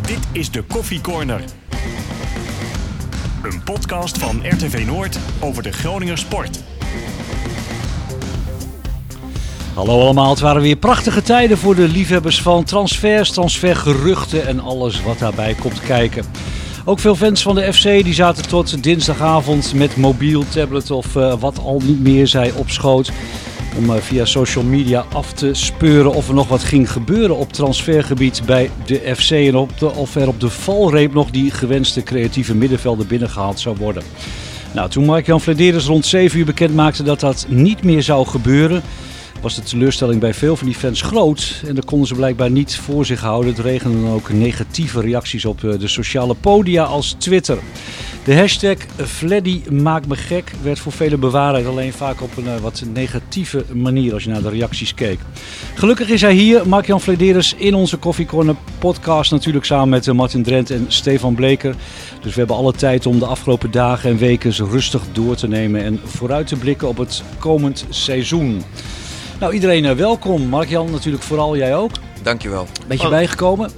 Dit is de Koffie Corner. Een podcast van RTV Noord over de Groninger sport. Hallo allemaal, het waren weer prachtige tijden voor de liefhebbers van transfers, transfergeruchten en alles wat daarbij komt kijken. Ook veel fans van de FC die zaten tot dinsdagavond met mobiel, tablet of wat al niet meer zij op schoot. Om via social media af te speuren of er nog wat ging gebeuren op transfergebied bij de FC. En of er op de valreep nog die gewenste creatieve middenvelder binnengehaald zou worden. Nou, toen Mark-Jan Flederis rond 7 uur bekend maakte dat dat niet meer zou gebeuren, was de teleurstelling bij veel van die fans groot. En dat konden ze blijkbaar niet voor zich houden. Het regende dan ook negatieve reacties op de sociale podia als Twitter. De hashtag Fleddy maakt me gek werd voor velen bewaarheid. Alleen vaak op een wat negatieve manier als je naar de reacties keek. Gelukkig is hij hier, Mark-Jan Flederis, in onze Koffie Corner podcast. Natuurlijk samen met Martin Drent en Stefan Bleker. Dus we hebben alle tijd om de afgelopen dagen en weken rustig door te nemen. En vooruit te blikken op het komend seizoen. Nou, iedereen welkom. Mark-Jan natuurlijk vooral, jij ook. Dankjewel. Beetje bijgekomen?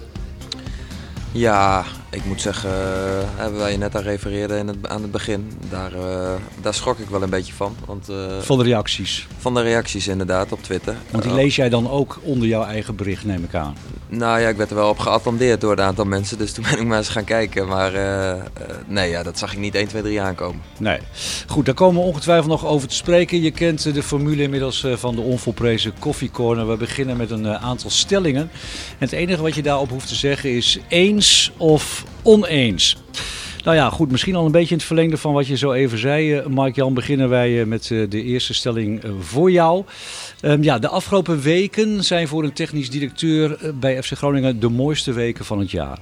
Ja, ik moet zeggen, waar je net aan refereerde aan het begin, daar schrok ik wel een beetje van. Want, van de reacties? Van de reacties inderdaad op Twitter. Want die lees jij dan ook onder jouw eigen bericht, neem ik aan? Nou ja, ik werd er wel op geattendeerd door een aantal mensen, dus toen ben ik maar eens gaan kijken. Maar nee, dat zag ik niet 1, 2, 3 aankomen. Nee. Goed, daar komen we ongetwijfeld nog over te spreken. Je kent de formule inmiddels van de onvolprezen Koffie Corner. We beginnen met een aantal stellingen. En het enige wat je daarop hoeft te zeggen is eens of oneens. Nou ja, goed, misschien al een beetje in het verlengde van wat je zo even zei. Mark-Jan, beginnen wij met de eerste stelling voor jou. De afgelopen weken zijn voor een technisch directeur bij FC Groningen de mooiste weken van het jaar.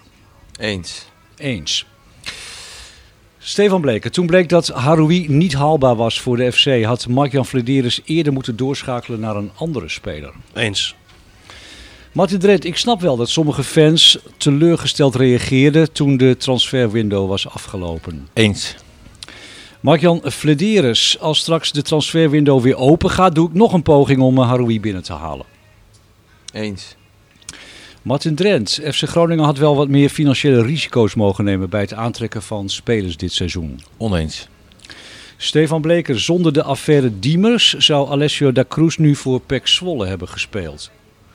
Eens. Stefan Bleker, toen bleek dat Haroui niet haalbaar was voor de FC. Had Mark-Jan Flederis eerder moeten doorschakelen naar een andere speler? Eens. Martin Drent, ik snap wel dat sommige fans teleurgesteld reageerden toen de transferwindow was afgelopen. Eens. Mark-Jan Flederis, als straks de transferwindow weer open gaat, doe ik nog een poging om Haroui binnen te halen. Eens. Martin Drent, FC Groningen had wel wat meer financiële risico's mogen nemen bij het aantrekken van spelers dit seizoen. Oneens. Stefan Bleker, zonder de affaire Diemers zou Alessio da Cruz nu voor PEC Zwolle hebben gespeeld.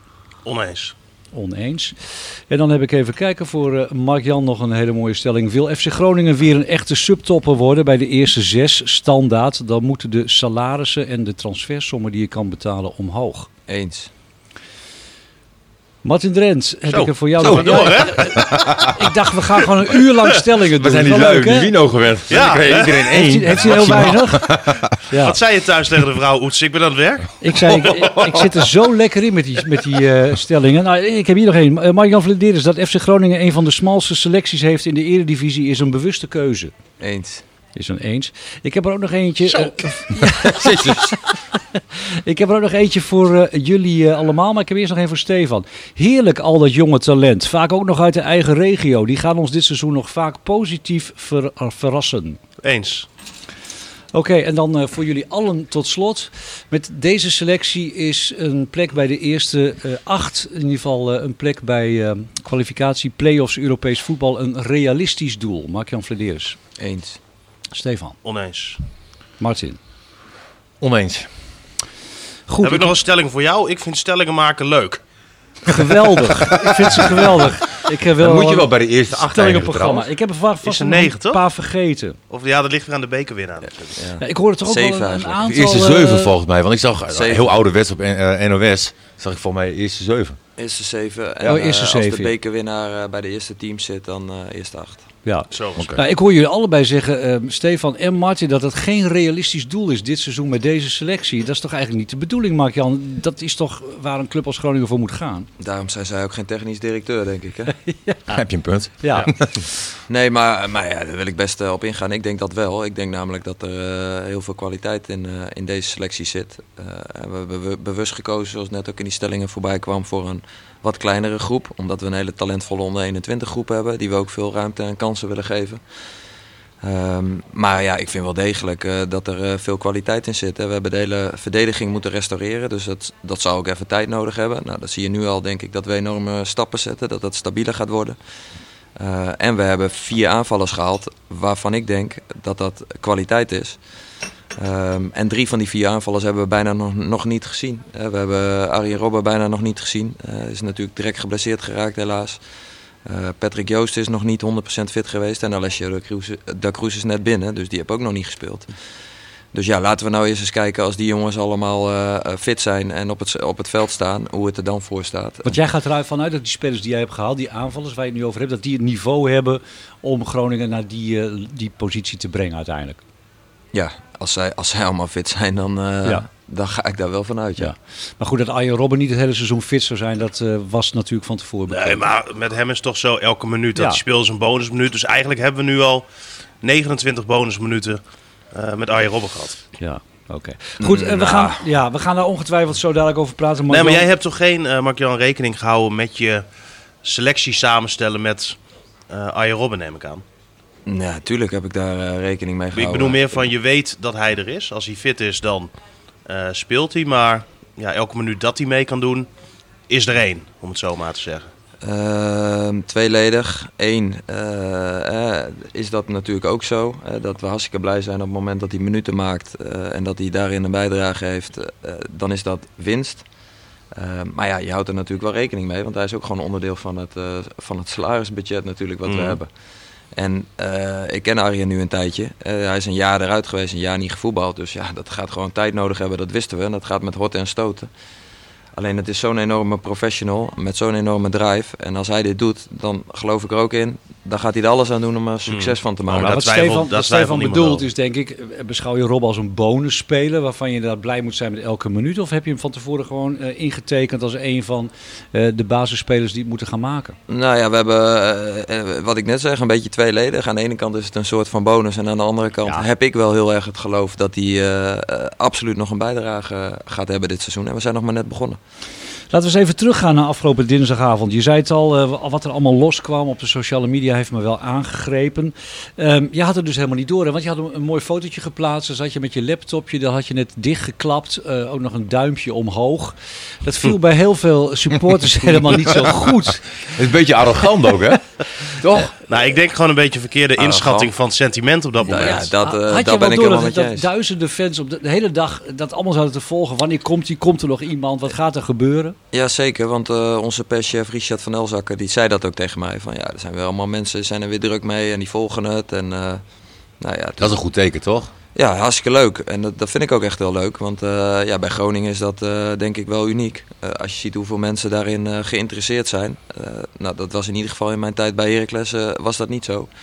Oneens. En dan heb ik even kijken voor Mark-Jan nog een hele mooie stelling. Wil FC Groningen weer een echte subtopper worden bij de eerste 6 standaard? Dan moeten de salarissen en de transfersommen die je kan betalen omhoog. Eens. Martin Drent, heb ik er voor jou Zo, nog... door, hè? Ik dacht, we gaan gewoon een uur lang stellingen doen. We zijn die lui die Wino gewend. Ja. Dan krijg iedereen één. Heeft hij heel weinig? Ja. Wat zei je thuis tegen de vrouw, Oets? Ik ben aan het werk. Ik zei, ik zit er zo lekker in met die stellingen. Nou, ik heb hier nog één. Mark-Jan Flederis, dat FC Groningen een van de smalste selecties heeft in de Eredivisie is een bewuste keuze. Eens. Is een eens. Ik heb er ook nog eentje. Ik heb er ook nog eentje voor jullie allemaal, maar ik heb eerst nog één voor Stefan. Heerlijk al dat jonge talent. Vaak ook nog uit de eigen regio. Die gaan ons dit seizoen nog vaak positief verrassen. Eens. Oké, en dan voor jullie allen tot slot. Met deze selectie is een plek bij de eerste 8, in ieder geval een plek bij kwalificatie play-offs Europees voetbal, een realistisch doel. Mark-Jan Flederis. Eens. Stefan. Oneens. Martin. Oneens. Goed. Heb ik nog een stelling voor jou? Ik vind stellingen maken leuk. Geweldig. Ik vind ze geweldig. Dan moet je wel bij de eerste 8 stellingenprogramma. Ik heb er vast Is er nog 9, een toch? paar vergeten. Of ja, dat ligt weer aan de bekerwinnaar. Ja. Ja, ik hoorde toch ook 7 wel een eigenlijk. aantal... De eerste 7 volgens mij. Want ik zag 7. heel ouderwets op NOS. Zag ik volgens mij de eerste 7. Eerste 7. En eerste als 7. de bekerwinnaar bij de eerste team zit, dan eerste 8. Ja. Zo. Oké. Nou, ik hoor jullie allebei zeggen, Stefan en Martin, dat het geen realistisch doel is dit seizoen met deze selectie. Dat is toch eigenlijk niet de bedoeling, Mark-Jan? Dat is toch waar een club als Groningen voor moet gaan? Daarom zijn zij ook geen technisch directeur, denk ik. Hè? Heb je een punt? Ja. Nee, maar ja, daar wil ik best op ingaan. Ik denk dat wel. Ik denk namelijk dat er heel veel kwaliteit in deze selectie zit. We hebben bewust gekozen, zoals net ook in die stellingen voorbij kwam, voor een wat kleinere groep. Omdat we een hele talentvolle onder 21 groep hebben, die we ook veel ruimte en kansen willen geven. Maar ja, ik vind wel degelijk dat er veel kwaliteit in zit. Hè. We hebben de hele verdediging moeten restaureren, dus dat zou ook even tijd nodig hebben. Nou, dat zie je nu al, denk ik, dat we enorme stappen zetten, dat het stabieler gaat worden. En we hebben 4 aanvallers gehaald waarvan ik denk dat dat kwaliteit is. En 3 van die 4 aanvallers hebben we bijna nog niet gezien. We hebben Arjen Robben bijna nog niet gezien. Is natuurlijk direct geblesseerd geraakt helaas. Patrick Joost is nog niet 100% fit geweest. En Alessio da Cruz is net binnen, dus die heeft ook nog niet gespeeld. Dus ja, laten we nou eerst eens kijken als die jongens allemaal fit zijn en op het veld staan, hoe het er dan voor staat. Want jij gaat eruit vanuit dat die spelers die jij hebt gehaald, die aanvallers waar je het nu over hebt, dat die het niveau hebben om Groningen naar die positie te brengen uiteindelijk. Ja, als zij allemaal fit zijn, dan ga ik daar wel vanuit. Ja. Maar goed, dat Arjen Robben niet het hele seizoen fit zou zijn, dat was natuurlijk van tevoren bekend. Nee, maar met hem is het toch zo, elke minuut dat hij speelt is een bonusminuut. Dus eigenlijk hebben we nu al 29 bonusminuten met Arjen Robben gehad. Ja, oké. Goed, we gaan daar ongetwijfeld zo dadelijk over praten. Nee, maar jij hebt toch geen, Mark-Jan, rekening gehouden met je selectie samenstellen met Arjen Robben, neem ik aan? Ja, tuurlijk heb ik daar rekening mee gehouden. Ik bedoel meer van, je weet dat hij er is. Als hij fit is, dan speelt hij. Maar ja, elke minuut dat hij mee kan doen, is er 1, om het zo maar te zeggen. Tweeledig. 1 is dat natuurlijk ook zo. Dat we hartstikke blij zijn op het moment dat hij minuten maakt en dat hij daarin een bijdrage heeft. Dan is dat winst. Maar ja, je houdt er natuurlijk wel rekening mee, want hij is ook gewoon onderdeel van het salarisbudget natuurlijk wat we hebben. En ik ken Arjen nu een tijdje. Hij is een jaar eruit geweest, een jaar niet gevoetbald. Dus ja, dat gaat gewoon tijd nodig hebben, dat wisten we. En dat gaat met horten en stoten. Alleen het is zo'n enorme professional met zo'n enorme drive. En als hij dit doet, dan geloof ik er ook in. Dan gaat hij er alles aan doen om er succes van te maken. Nou, wat Stefan bedoelt is, denk ik, beschouw je Rob als een bonusspeler waarvan je inderdaad blij moet zijn met elke minuut? Of heb je hem van tevoren gewoon ingetekend als een van de basisspelers die het moeten gaan maken? Nou ja, we hebben, wat ik net zeg, een beetje tweeledig. Aan de ene kant is het een soort van bonus. En aan de andere kant heb ik wel heel erg het geloof dat hij absoluut nog een bijdrage gaat hebben dit seizoen. En we zijn nog maar net begonnen. Laten we eens even teruggaan naar afgelopen dinsdagavond. Je zei het al, wat er allemaal loskwam op de sociale media heeft me wel aangegrepen. Je had het dus helemaal niet door, hè? Want je had een mooi fotootje geplaatst. Dan zat je met je laptopje, dan had je net dichtgeklapt. Ook nog een duimpje omhoog. Dat viel bij heel veel supporters helemaal niet zo goed. Het is een beetje arrogant ook, hè? Toch? Nou, ik denk gewoon een beetje verkeerde inschatting van het sentiment op dat moment. Ja, had dat je ben ik wel helemaal door met je dat eens. duizenden fans op de hele dag dat allemaal zouden te volgen? Wanneer komt er nog iemand? Wat gaat er gebeuren? Ja, zeker. Want onze perschef Richard van Elzakker, die zei dat ook tegen mij. Van ja, er zijn weer allemaal mensen, zijn er weer druk mee en die volgen het. En, nou ja, Dat is een goed teken, toch? Ja, hartstikke leuk. En dat vind ik ook echt heel leuk. Want bij Groningen is dat denk ik wel uniek. Als je ziet hoeveel mensen daarin geïnteresseerd zijn. Nou, dat was in ieder geval in mijn tijd bij Heracles was dat niet zo.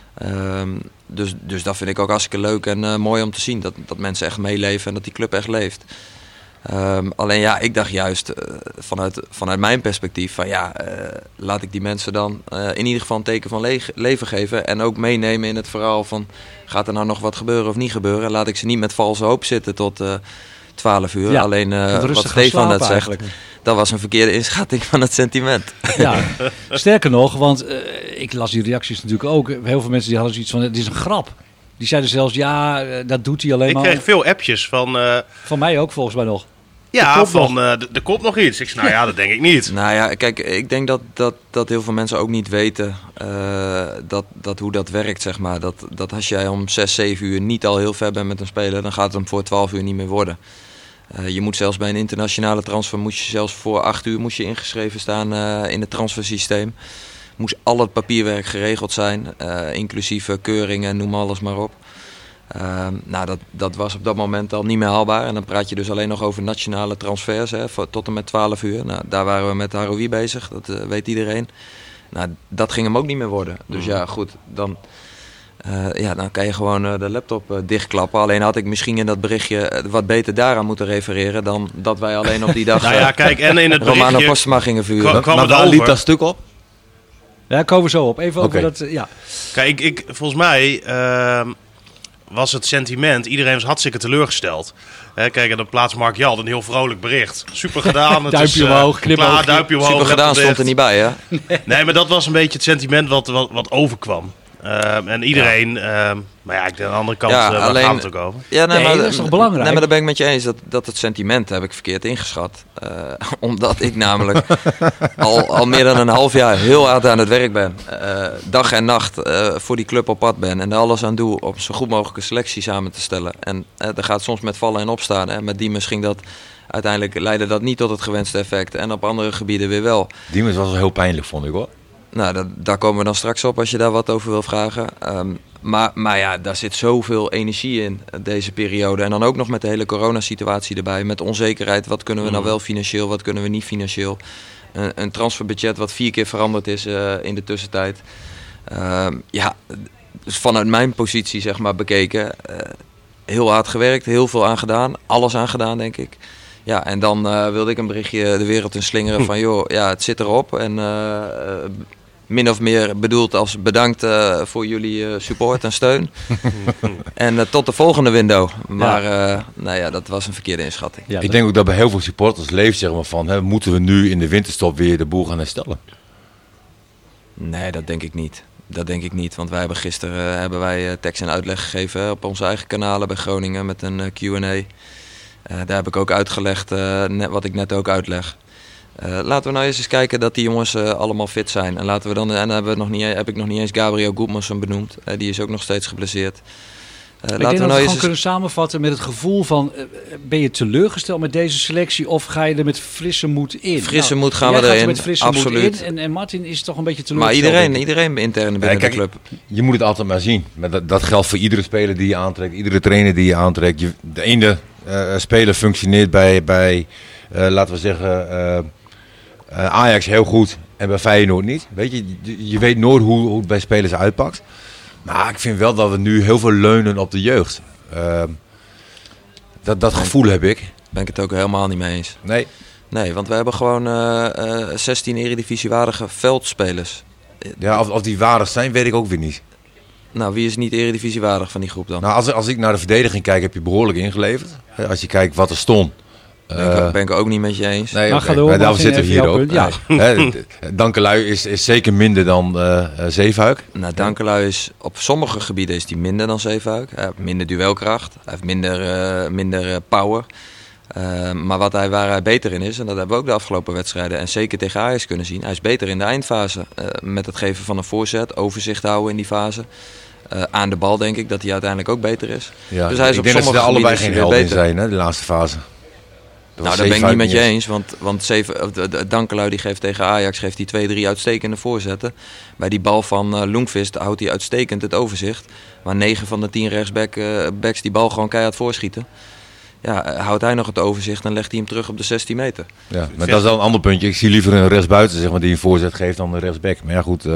Dus dat vind ik ook hartstikke leuk en mooi om te zien. Dat mensen echt meeleven en dat die club echt leeft. Alleen ja, ik dacht juist vanuit mijn perspectief van laat ik die mensen dan in ieder geval een teken van leven geven. En ook meenemen in het verhaal van gaat er nou nog wat gebeuren of niet gebeuren. Laat ik ze niet met valse hoop zitten tot 12 uur. Ja, alleen wat Stefan net zegt, dat was een verkeerde inschatting van het sentiment. Ja, sterker nog, want ik las die reacties natuurlijk ook. Heel veel mensen die hadden zoiets van, het is een grap. Die zeiden zelfs, dat doet hij alleen maar. Ik kreeg veel appjes van... Van mij ook volgens mij nog. Ja, van er komt nog iets. Ik zei, nou ja, dat denk ik niet. Nou ja, kijk, ik denk dat heel veel mensen ook niet weten dat hoe dat werkt, zeg maar. Dat als jij om 6, 7 uur niet al heel ver bent met een speler, dan gaat het hem voor 12 uur niet meer worden. Je moet zelfs bij een internationale transfer, zelfs voor 8 uur moest je ingeschreven staan in het transfersysteem. Moest al het papierwerk geregeld zijn, inclusief keuringen, noem alles maar op. Nou, dat was op dat moment al niet meer haalbaar. En dan praat je dus alleen nog over nationale transfers tot en met 12 uur. Nou, daar waren we met Haroui bezig, dat weet iedereen. Nou, dat ging hem ook niet meer worden. Dus ja, goed, dan kan je gewoon de laptop dichtklappen. Alleen had ik misschien in dat berichtje wat beter daaraan moeten refereren dan dat wij alleen op die dag nou ja, kijk, en in het Romano berichtje Postma gingen vuren. kwam Maar het waar liep over. dat stuk op? Ja, daar komen we zo op. Even over Oké. dat, ja. Kijk, volgens mij was het sentiment, iedereen was hartstikke teleurgesteld. Kijk, en dan plaatst Mark Jald een heel vrolijk bericht. Super gedaan. Het Duimpje is, omhoog, knipoogje. klaar, duimpje omhoog. Super gedaan, laptop stond er dicht. niet bij, hè? Nee, maar dat was een beetje het sentiment wat overkwam. En iedereen... maar ja, aan de andere kant Ja, waar alleen- gaat het ook over? Ja, Nee, dat is toch belangrijk? Nee, maar daar ben ik met je eens. Dat het sentiment heb ik verkeerd ingeschat. Omdat ik namelijk al meer dan een half jaar heel hard aan het werk ben. Dag en nacht voor die club op pad ben. En er alles aan doe om zo goed mogelijke selectie samen te stellen. En er gaat soms met vallen en opstaan. Hè. Met Diemers ging dat... Uiteindelijk leidde dat niet tot het gewenste effect. En op andere gebieden weer wel. Diemers was wel heel pijnlijk, vond ik hoor. Nou, daar komen we dan straks op als je daar wat over wil vragen. Maar ja, daar zit zoveel energie in, deze periode. En dan ook nog met de hele coronasituatie erbij. Met onzekerheid, wat kunnen we nou wel financieel, wat kunnen we niet financieel. Een transferbudget wat 4 keer veranderd is in de tussentijd. Dus vanuit mijn positie zeg maar bekeken. Heel hard gewerkt, heel veel aan gedaan. Alles aan gedaan, denk ik. Ja, en dan wilde ik een berichtje de wereld in slingeren van... joh, ja, het zit erop. En min of meer bedoeld als bedankt voor jullie support en steun. En tot de volgende window. Maar nou ja, dat was een verkeerde inschatting. Ja, Ik denk ook dat bij heel veel supporters leeft zeg maar van... moeten we nu in de winterstop weer de boel gaan herstellen? Nee, dat denk ik niet. Dat denk ik niet, want wij hebben gisteren tekst en uitleg gegeven op onze eigen kanalen bij Groningen met een Q&A. Daar heb ik ook uitgelegd wat ik net ook uitleg. Laten we nou eens kijken dat die jongens allemaal fit zijn. En laten we dan, en heb ik nog niet eens Gabriel Goedmanson benoemd. Die is ook nog steeds geblesseerd. Ik denk dat we gewoon kunnen samenvatten met het gevoel van... ben je teleurgesteld met deze selectie of ga je er met frisse moed in? Frisse moed gaan jij we gaat erin, er met frisse absoluut. moed in en Martin is toch een beetje Maar teleurgesteld. iedereen intern binnen kijk, de club. Je moet het altijd maar zien. Maar dat geldt voor iedere speler die je aantrekt. Iedere trainer die je aantrekt. De ene speler functioneert bij laten we zeggen... Ajax heel goed en bij Feyenoord niet. Weet je weet nooit hoe het bij spelers uitpakt. Maar ik vind wel dat we nu heel veel leunen op de jeugd. Dat gevoel heb ik. Ben ik het ook helemaal niet mee eens. Nee, want we hebben gewoon 16 eredivisiewaardige veldspelers. Ja, of die waardig zijn, weet ik ook weer niet. Nou, wie is niet eredivisiewaardig van die groep dan? Nou, als ik naar de verdediging kijk, heb je behoorlijk ingeleverd. Als je kijkt wat er stond. Ben ik ook niet met je eens. Nee, Maar ga door, daarom Martin, zitten we hier even ook. jouw punt, Dankelui is zeker minder dan Zeefuik. Nou, Dankelui is op sommige gebieden is die minder dan Zeefuik. Hij heeft minder duelkracht, hij heeft minder power. Maar waar hij beter in is, en dat hebben we ook de afgelopen wedstrijden en zeker tegen Ajax kunnen zien, hij is beter in de eindfase. Met het geven van een voorzet, overzicht houden in die fase. Aan de bal denk ik dat hij uiteindelijk ook beter is. Ja, dus hij is ik op denk dat ze sommige er allebei gebieden geen weer held in beter. zijn, hè, de laatste fase. Nou, daar ben ik niet met je eens, want Dankelui die geeft tegen Ajax geeft hij 2-3 uitstekende voorzetten. Bij die bal van Lundqvist houdt hij uitstekend het overzicht. Maar 9 van de 10 rechtsbacks die bal gewoon keihard voorschieten. Ja, houdt hij nog het overzicht en legt hij hem terug op de 16 meter. Ja, maar dat is wel een ander puntje. Ik zie liever een rechtsbuiten zeg maar, die een voorzet geeft dan een rechtsback. Maar ja goed,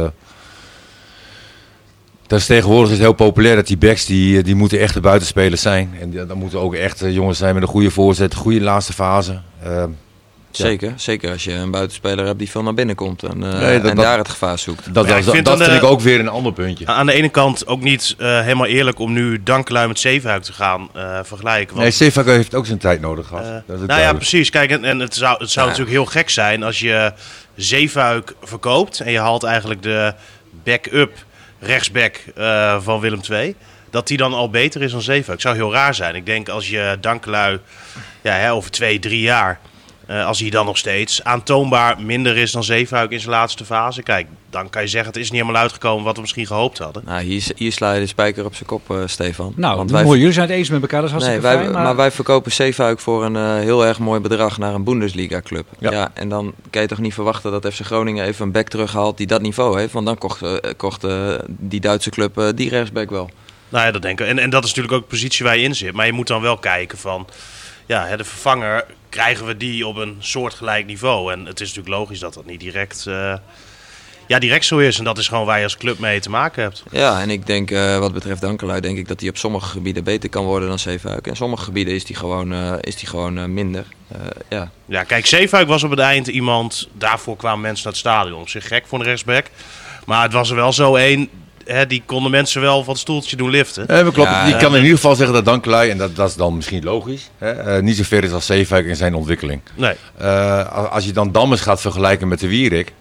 dat is tegenwoordig is het heel populair dat die backs die moeten echte buitenspelers zijn. En dan moeten ook echt jongens zijn met een goede voorzet, goede laatste fase. Zeker als je een buitenspeler hebt die veel naar binnen komt en dat daar het gevaar zoekt. Dat Ja, ik vind vind ik ook weer een ander puntje. Aan de ene kant ook niet helemaal eerlijk om nu Dankelui met Zeefuik te gaan vergelijken. Want, Nee, Zeefuik heeft ook zijn tijd nodig gehad. Dat is nou ja, duidelijk. precies. Kijk, en het zou natuurlijk heel gek zijn als je Zeefuik verkoopt en je haalt eigenlijk de backup rechtsback van Willem II. Dat die dan al beter is dan Zeefuik. Zou heel raar zijn. Ik denk als je Dankelui over 2-3 jaar... als hij dan nog steeds aantoonbaar minder is dan Zeefuik in zijn laatste fase. Kijk, dan kan je zeggen het is niet helemaal uitgekomen wat we misschien gehoopt hadden. Nou, hier sla je de spijker op zijn kop, Stefan. Nou, Want mooi, jullie zijn het eens met elkaar, dat is hartstikke fijn. maar wij verkopen Zeefuik voor een heel erg mooi bedrag naar een Bundesliga club. Ja, en dan kan je toch niet verwachten dat FC Groningen even een back terughaalt die dat niveau heeft. Want dan kocht die Duitse club die rechtsback wel. Nou ja, dat denk ik. En dat is natuurlijk ook de positie waar je in zit. Maar je moet dan wel kijken van... Ja, de vervanger, krijgen we die op een soortgelijk niveau? En het is natuurlijk logisch dat dat niet direct zo is. En dat is gewoon waar je als club mee te maken hebt. Ja, en ik denk wat betreft Dankelui, denk ik dat hij op sommige gebieden beter kan worden dan Zeefuik. En sommige gebieden is hij gewoon minder. Ja, kijk, Zeefuik was op het eind iemand... Daarvoor kwamen mensen naar het stadion. Op zich gek voor een rechtsback. Maar het was er wel zo één... die konden mensen wel van het stoeltje doen liften. Klopt. Ja, je kan in ieder geval zeggen dat Dankelui, en dat is dan misschien logisch, niet zo ver is als Zeefuik in zijn ontwikkeling. Nee. Als je dan Dammers gaat vergelijken met de Wierik,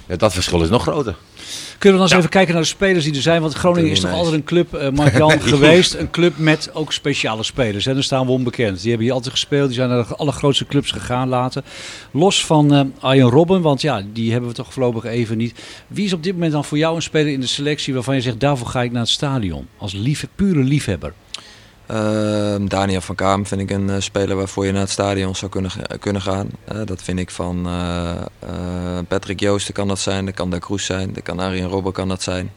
Ja, dat verschil is nog groter. Kunnen we dan eens even kijken naar de spelers die er zijn? Want Groningen is toch altijd een club, Mark-Jan, geweest. Een club met ook speciale spelers. Hè? Daar staan we onbekend. Die hebben hier altijd gespeeld. Die zijn naar de allergrootste clubs gegaan later. Los van Arjen Robben, want ja, die hebben we toch voorlopig even niet. Wie is op dit moment dan voor jou een speler in de selectie waarvan je zegt, daarvoor ga ik naar het stadion? Als pure liefhebber. Daniel van Kaam vind ik een speler waarvoor je naar het stadion zou kunnen gaan. Dat vind ik van Patrick Joosten kan dat zijn, dat kan De Kroes zijn, dat kan Arjen Robben kan dat zijn.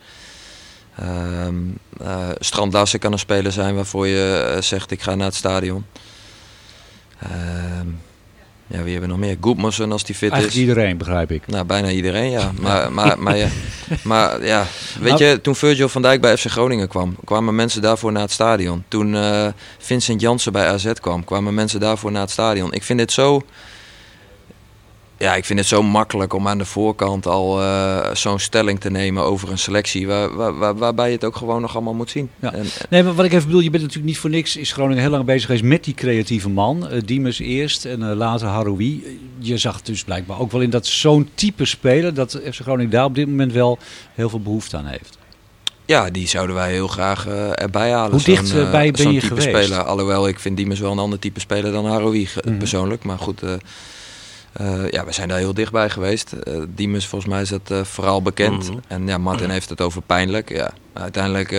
Strand Larsen kan een speler zijn waarvoor je zegt ik ga naar het stadion. Ja, wie hebben we nog meer? Goedmanson als die fit Eigenlijk is. Iedereen, begrijp ik. Nou, bijna iedereen, ja. Maar ja, weet je, toen Virgil van Dijk bij FC Groningen kwam, kwamen mensen daarvoor naar het stadion. Toen Vincent Janssen bij AZ kwam, kwamen mensen daarvoor naar het stadion. Ik vind dit zo... Ja, ik vind het zo makkelijk om aan de voorkant al zo'n stelling te nemen over een selectie waarbij je het ook gewoon nog allemaal moet zien. Ja. Nee, maar wat ik even bedoel, je bent natuurlijk niet voor niks, is Groningen heel lang bezig geweest met die creatieve man. Diemers eerst en later Haroui. Je zag dus blijkbaar ook wel in dat zo'n type speler, dat FC Groningen daar op dit moment wel heel veel behoefte aan heeft. Ja, die zouden wij heel graag erbij halen. Hoe dichtbij ben je type geweest? Speler. Alhoewel, ik vind Diemers wel een ander type speler dan Haroui persoonlijk. Maar goed... ja, we zijn daar heel dichtbij geweest. Diemers, volgens mij is dat vooral bekend. En ja, Martin heeft het over pijnlijk. Ja, uiteindelijk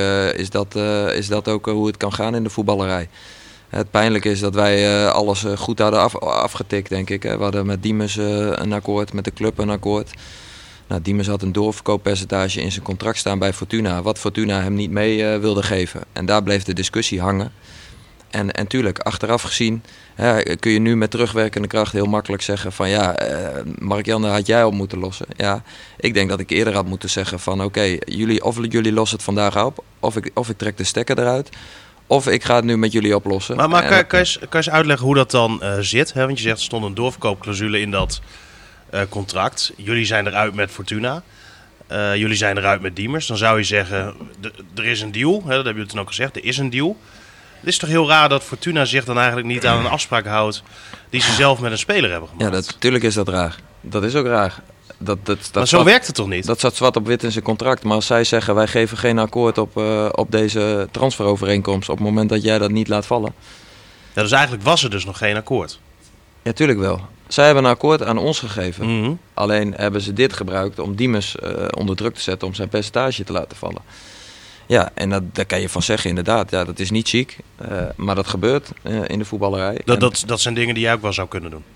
is dat ook hoe het kan gaan in de voetballerij. Het pijnlijke is dat wij alles goed hadden afgetikt, denk ik. We hadden met Diemers een akkoord, met de club een akkoord. Nou, Diemers had een doorverkooppercentage in zijn contract staan bij Fortuna. Wat Fortuna hem niet mee wilde geven. En daar bleef de discussie hangen. En tuurlijk, achteraf gezien kun je nu met terugwerkende kracht heel makkelijk zeggen van ja, Mark-Jan, had jij op moeten lossen. Ja, ik denk dat ik eerder had moeten zeggen van oké, jullie lossen het vandaag op, of ik trek de stekker eruit, of ik ga het nu met jullie oplossen. Maar kan je eens uitleggen hoe dat dan zit? Hè? Want je zegt er stond een doorverkoopclausule in dat contract. Jullie zijn eruit met Fortuna. Jullie zijn eruit met Diemers. Dan zou je zeggen, er is een deal. Hè? Dat hebben jullie toen ook gezegd, er is een deal. Het is toch heel raar dat Fortuna zich dan eigenlijk niet aan een afspraak houdt die ze zelf met een speler hebben gemaakt. Ja, natuurlijk is dat raar. Dat is ook raar. Maar zo werkt het toch niet? Dat staat zwart op wit in zijn contract. Maar als zij zeggen wij geven geen akkoord op deze transferovereenkomst op het moment dat jij dat niet laat vallen. Ja, dus eigenlijk was er dus nog geen akkoord. Ja, tuurlijk wel. Zij hebben een akkoord aan ons gegeven. Alleen hebben ze dit gebruikt om Diemers onder druk te zetten om zijn percentage te laten vallen. Ja, en daar kan je van zeggen inderdaad. Ja, dat is niet chic, maar dat gebeurt in de voetballerij. Dat zijn dingen die jij ook wel zou kunnen doen.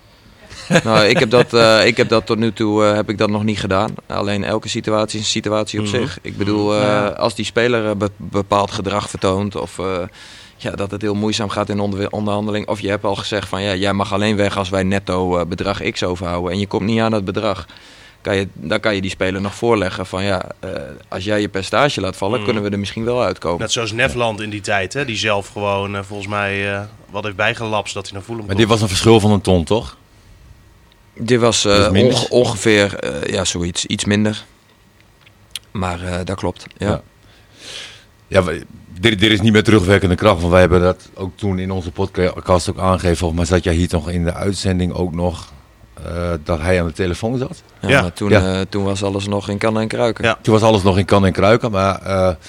Nou, ik heb dat tot nu toe heb ik dat nog niet gedaan. Alleen elke situatie is een situatie op zich. Ik bedoel, als die speler bepaald gedrag vertoont of dat het heel moeizaam gaat in onderhandeling. Of je hebt al gezegd van ja, jij mag alleen weg als wij netto bedrag X overhouden. En je komt niet aan dat bedrag. Dan kan je die speler nog voorleggen van ja, als jij je percentage laat vallen, kunnen we er misschien wel uitkomen. Net zoals Nefland in die tijd, hè, die zelf gewoon volgens mij wat heeft bijgelapst dat hij naar Fulham Maar dit was een verschil van een ton, toch? Dit was ongeveer zoiets, iets minder. Maar dat klopt, ja. Ja, dit is niet meer terugwerkende kracht, want wij hebben dat ook toen in onze podcast ook aangegeven. Volgens mij zat jij hier toch in de uitzending ook nog... dat hij aan de telefoon zat. Ja. Toen was alles nog in kannen en kruiken. Ja. Toen was alles nog in kannen en kruiken. Maar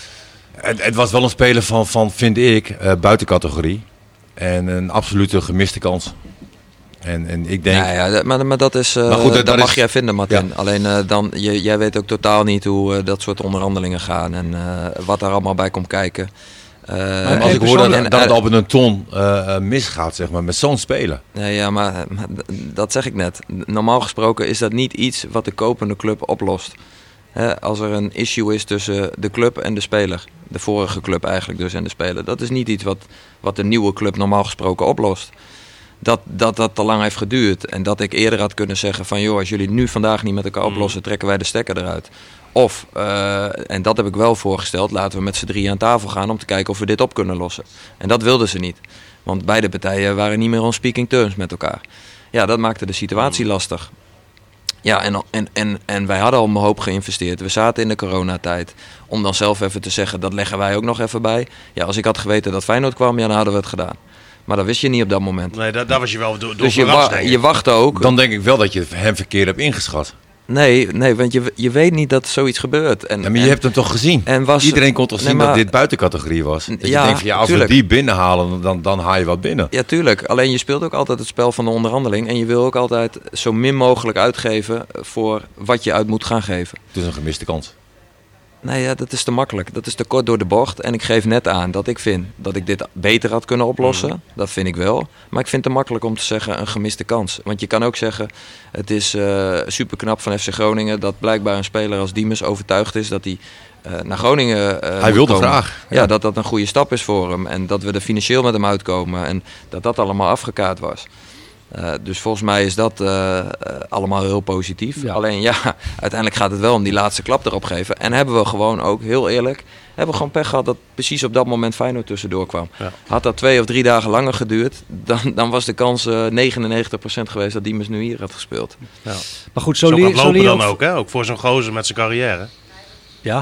het was wel een speler van vind ik, buitencategorie. En een absolute gemiste kans. En ik denk... Maar dat is... dat mag jij vinden, Martin. Ja. Alleen jij weet ook totaal niet hoe dat soort onderhandelingen gaan. En wat daar allemaal bij komt kijken. Als ik hoor dat het al met een ton misgaat, zeg maar, met zo'n speler. Ja, maar dat zeg ik net. Normaal gesproken is dat niet iets wat de kopende club oplost. Als er een issue is tussen de club en de speler. De vorige club eigenlijk dus en de speler. Dat is niet iets wat de nieuwe club normaal gesproken oplost. Dat te lang heeft geduurd. En dat ik eerder had kunnen zeggen van joh, als jullie nu vandaag niet met elkaar oplossen, trekken wij de stekker eruit. Of, en dat heb ik wel voorgesteld, laten we met z'n drieën aan tafel gaan om te kijken of we dit op kunnen lossen. En dat wilden ze niet. Want beide partijen waren niet meer on speaking terms met elkaar. Ja, dat maakte de situatie lastig. Ja, en wij hadden al een hoop geïnvesteerd. We zaten in de coronatijd. Om dan zelf even te zeggen, dat leggen wij ook nog even bij. Ja, als ik had geweten dat Feyenoord kwam, dan hadden we het gedaan. Maar dat wist je niet op dat moment. Nee, daar was je wel door dus verrast, denk ik. je wachtte ook. Dan denk ik wel dat je hem verkeerd hebt ingeschat. Nee, want je weet niet dat zoiets gebeurt. Maar je hebt hem toch gezien? Iedereen kon toch zien dat dit buitencategorie was? Dat je denkt van, als we die binnenhalen, dan haal je wat binnen. Ja, tuurlijk. Alleen je speelt ook altijd het spel van de onderhandeling. En je wil ook altijd zo min mogelijk uitgeven voor wat je uit moet gaan geven. Het is een gemiste kans. Nee, ja, dat is te makkelijk. Dat is te kort door de bocht. En ik geef net aan dat ik vind dat ik dit beter had kunnen oplossen. Dat vind ik wel. Maar ik vind het te makkelijk om te zeggen een gemiste kans. Want je kan ook zeggen, het is super knap van FC Groningen dat blijkbaar een speler als Diemers overtuigd is dat hij naar Groningen hij wilde graag. Ja, dat een goede stap is voor hem. En dat we er financieel met hem uitkomen. En dat allemaal afgekaart was. Dus volgens mij is dat allemaal heel positief. Ja. Alleen uiteindelijk gaat het wel om die laatste klap erop geven. En hebben we gewoon ook, heel eerlijk, gewoon pech gehad dat precies op dat moment Feyenoord tussendoor kwam. Ja. Had dat 2 of 3 dagen langer geduurd, dan was de kans 99% geweest dat Diemers nu hier had gespeeld. Ja. Maar goed, zo kan lopen dan ook, hè? Ook voor zo'n gozer met zijn carrière. Ja.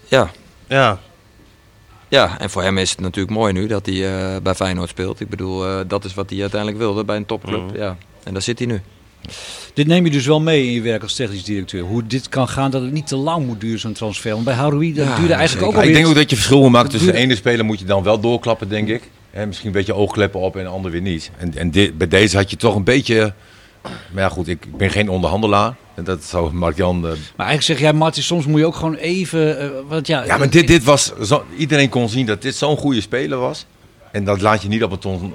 Ja, en voor hem is het natuurlijk mooi nu dat hij bij Feyenoord speelt. Ik bedoel, dat is wat hij uiteindelijk wilde bij een topclub. Ja. En daar zit hij nu. Dit neem je dus wel mee in je werk als technisch directeur. Hoe dit kan gaan, dat het niet te lang moet duren, zo'n transfer. Want bij Haroui, dat duurde eigenlijk ook alweer. Ik denk ook dat je verschil moet maken tussen de ene speler moet je dan wel doorklappen, denk ik. Misschien een beetje oogkleppen op en de ander weer niet. En bij deze had je toch een beetje... Maar ja goed, ik ben geen onderhandelaar. En dat zou Mark-Jan... Maar eigenlijk zeg jij, Martin, soms moet je ook gewoon even... Ja, maar dit was... Iedereen kon zien dat dit zo'n goede speler was. En dat laat je niet op een ton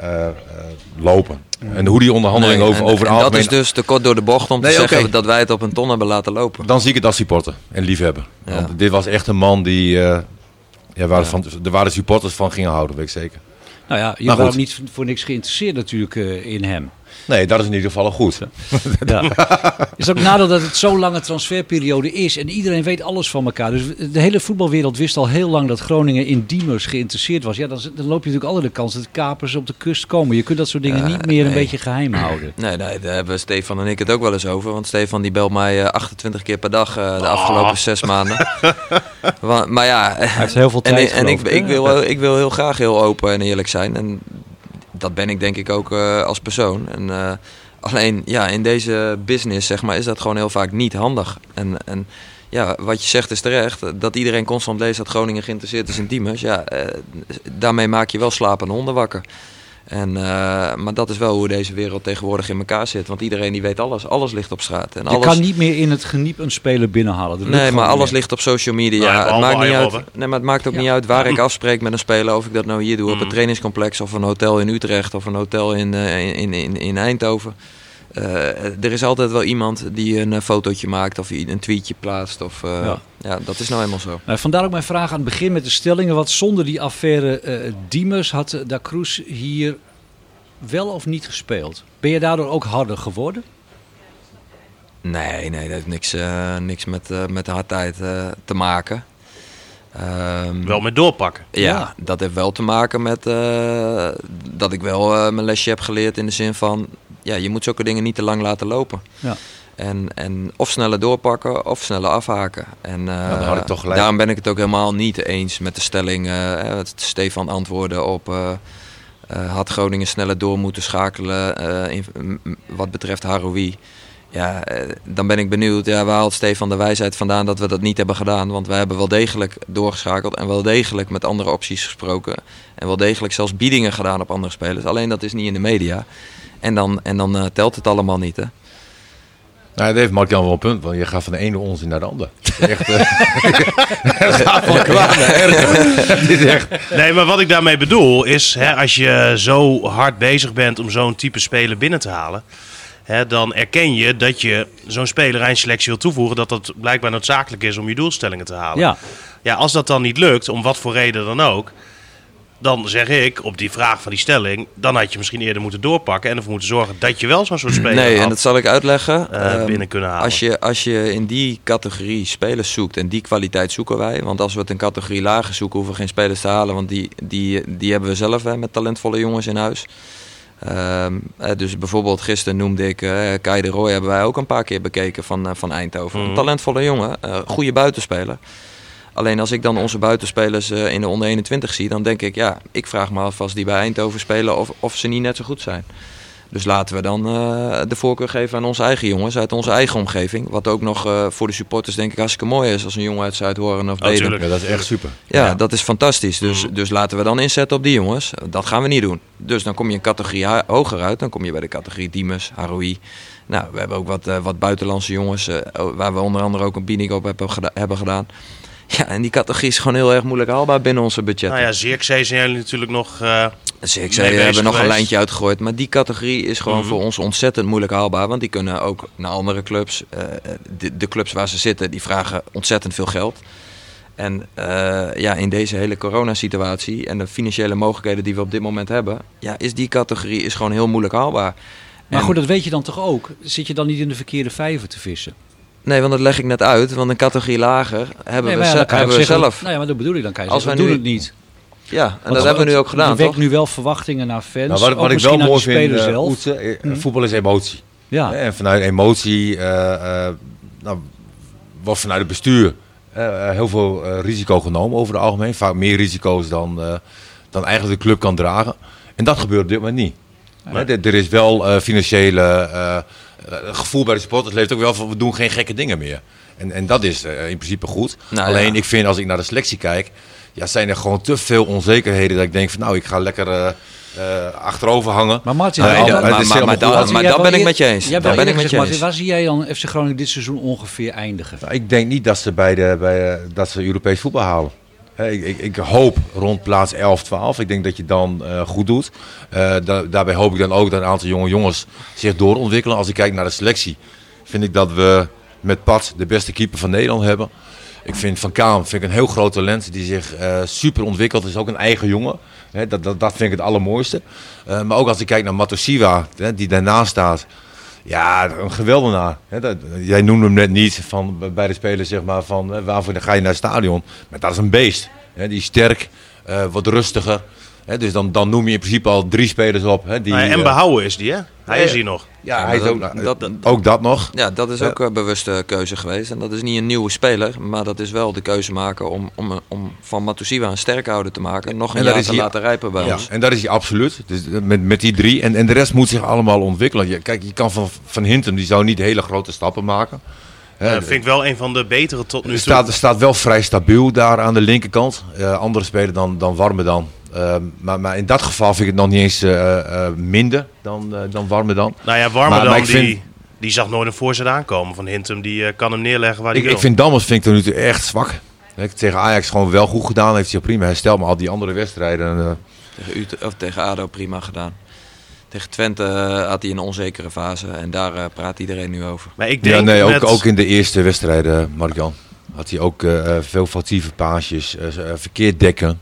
lopen. En hoe die onderhandeling over algemeen... dat is dus te kort door de bocht om te zeggen dat wij het op een ton hebben laten lopen. Dan zie ik het als supporter en liefhebber. Ja. Want dit was echt een man die... waar de supporters van gingen houden, weet ik zeker. Nou ja, je was niet voor niks geïnteresseerd natuurlijk in hem. Nee, dat is in ieder geval goed. Ja. Is ook een nadeel dat het zo'n lange transferperiode is en iedereen weet alles van elkaar. Dus de hele voetbalwereld wist al heel lang dat Groningen in Diemers geïnteresseerd was. Ja, dan loop je natuurlijk altijd de kans dat kapers op de kust komen. Je kunt dat soort dingen niet meer een beetje geheim houden. Nee, daar hebben Stefan en ik het ook wel eens over. Want Stefan die belt mij 28 keer per dag de afgelopen 6 maanden. Maar ja, hij heeft heel veel tijd en ik wil heel graag heel open en eerlijk zijn. En dat ben ik denk ik ook als persoon. En, alleen in deze business zeg maar, is dat gewoon heel vaak niet handig. En wat je zegt is terecht. Dat iedereen constant leest dat Groningen geïnteresseerd is in Diemers. Ja, daarmee maak je wel slapende honden wakker. Maar dat is wel hoe deze wereld tegenwoordig in elkaar zit. Want iedereen die weet alles. Alles ligt op straat. En je kan niet meer in het geniep een speler binnenhalen. Nee, maar alles ligt op social media. Het maakt niet uit. Nee, maar het maakt ook niet uit waar ik afspreek met een speler. Of ik dat nou hier doe op een trainingscomplex of een hotel in Utrecht of een hotel in Eindhoven. Er is altijd wel iemand die een fotootje maakt of een tweetje plaatst. Dat is nou helemaal zo. Vandaar ook mijn vraag aan het begin met de stellingen. Wat zonder die affaire Diemers had Da Cruz hier wel of niet gespeeld? Ben je daardoor ook harder geworden? Nee, dat heeft niks met de hardheid te maken. Wel met doorpakken. Ja, dat heeft wel te maken met dat ik wel mijn lesje heb geleerd in de zin van... Ja, je moet zulke dingen niet te lang laten lopen. Ja. En of sneller doorpakken of sneller afhaken. En had ik toch gelijk. Daarom ben ik het ook helemaal niet eens met de stelling... Stefan antwoordde op... had Groningen sneller door moeten schakelen wat betreft Haroui. Ja, dan ben ik benieuwd, waar haalt Stefan de wijsheid vandaan dat we dat niet hebben gedaan? Want wij hebben wel degelijk doorgeschakeld en wel degelijk met andere opties gesproken. En wel degelijk zelfs biedingen gedaan op andere spelers. Alleen dat is niet in de media. En dan telt het allemaal niet, hè? Nou, dat heeft Mark-Jan wel een punt, want je gaat van de ene onzin naar de ander. Echt, het gaat van kwaad naar erger. Dit is echt... Nee, maar wat ik daarmee bedoel is, als je zo hard bezig bent om zo'n type speler binnen te halen... dan erken je dat je zo'n speler aan je selectie wil toevoegen... dat dat blijkbaar noodzakelijk is om je doelstellingen te halen. Ja, als dat dan niet lukt, om wat voor reden dan ook... dan zeg ik, op die vraag van die stelling... dan had je misschien eerder moeten doorpakken... en ervoor moeten zorgen dat je wel zo'n soort speler en dat zal ik uitleggen. Binnen kunnen halen. Als je in die categorie spelers zoekt... en die kwaliteit zoeken wij... want als we het een categorie lager zoeken... hoeven we geen spelers te halen... want die hebben we zelf met talentvolle jongens in huis... dus bijvoorbeeld gisteren noemde ik Kai de Roy, hebben wij ook een paar keer bekeken van Eindhoven. Een talentvolle jongen, goede buitenspeler. Alleen als ik dan onze buitenspelers in de onder 21 zie, dan denk ik, ik vraag me af als die bij Eindhoven spelen of ze niet net zo goed zijn. Dus laten we dan de voorkeur geven aan onze eigen jongens uit onze eigen omgeving. Wat ook nog voor de supporters denk ik hartstikke mooi is als een jongen uit Zuidhoorn of Bedum. Ja, dat is echt super. Ja, dat is fantastisch. Dus laten we dan inzetten op die jongens. Dat gaan we niet doen. Dus dan kom je een categorie hoger uit. Dan kom je bij de categorie Diemers, Haroui. Nou, we hebben ook wat buitenlandse jongens, waar we onder andere ook een Binig op hebben gedaan. Ja, en die categorie is gewoon heel erg moeilijk haalbaar binnen onze budget. Nou ja, Zierkzee zijn jullie natuurlijk nog... Zierkzee hebben nog een lijntje uitgegooid. Maar die categorie is gewoon voor ons ontzettend moeilijk haalbaar. Want die kunnen ook naar andere clubs. De clubs waar ze zitten, die vragen ontzettend veel geld. En in deze hele coronasituatie en de financiële mogelijkheden die we op dit moment hebben, is die categorie is gewoon heel moeilijk haalbaar. Maar goed, dat weet je dan toch ook? Zit je dan niet in de verkeerde vijver te vissen? Nee, want dat leg ik net uit. Want een categorie lager hebben we zelf. Nou ja, maar dat bedoel ik dan. Kan je zeggen, we doen het niet. Ja, en dat hebben we nu ook gedaan, je wekt nu wel verwachtingen naar fans. Nou, wat ik wel mooi vind, zelf. Voetbal is emotie. Ja. En vanuit emotie wordt vanuit het bestuur heel veel risico genomen over het algemeen. Vaak meer risico's dan eigenlijk de club kan dragen. En dat gebeurt op dit moment niet. Nee. Er is wel financiële gevoel bij de supporters. Het leeft ook wel van we doen geen gekke dingen meer. En dat is in principe goed. Nou, alleen ik vind als ik naar de selectie kijk, zijn er gewoon te veel onzekerheden dat ik denk van ik ga lekker achterover hangen. Maar Martin, daar ben ik met je eens. Waar zie jij dan FC Groningen dit seizoen ongeveer eindigen? Nou, ik denk niet dat ze dat ze Europees voetbal halen. Ik hoop rond plaats 11, 12. Ik denk dat je dan goed doet. Daarbij hoop ik dan ook dat een aantal jonge jongens zich doorontwikkelen. Als ik kijk naar de selectie, vind ik dat we met Pat de beste keeper van Nederland hebben. Ik vind Van Kaam een heel groot talent die zich super ontwikkelt. Is ook een eigen jongen. Dat vind ik het allermooiste. Maar ook als ik kijk naar Matosiwa, die daarnaast staat. Ja, een geweldenaar. Jij noemde hem net niet bij de spelers, zeg maar, van waarvoor ga je naar het stadion. Maar dat is een beest. Die is sterk, wat rustiger. Dus dan noem je in principe al 3 spelers op. En behouden is die, hè? Hij is hier nog. Ja, hij is ook dat nog. Ja, dat is ook een bewuste keuze geweest. En dat is niet een nieuwe speler, maar dat is wel de keuze maken om van Matosiwa een sterkhouder te maken. En nog een jaar te laten rijpen bij ons. En dat is hij absoluut. Dus met die 3. En de rest moet zich allemaal ontwikkelen. Kijk, je kan van Hintem, die zou niet hele grote stappen maken. Dat vind ik wel een van de betere tot nu toe. Staat wel vrij stabiel daar aan de linkerkant. Andere spelen dan Warmerdam. Maar in dat geval vind ik het nog niet eens minder dan Warmerdam. Nou ja, Warmerdam die zag nooit een voorzet aankomen van Hintem. Die kan hem neerleggen waar hij wil. Ik vind Dammers tot nu toe echt zwak. Tegen Ajax gewoon wel goed gedaan. Heeft hij prima hersteld. Maar al die andere wedstrijden... Tegen ADO prima gedaan. Tegen Twente had hij een onzekere fase. En daar praat iedereen nu over. Maar ik denk ook in de eerste wedstrijden, Mark-Jan. Had hij ook veel foutieve paasjes. Verkeerd dekken.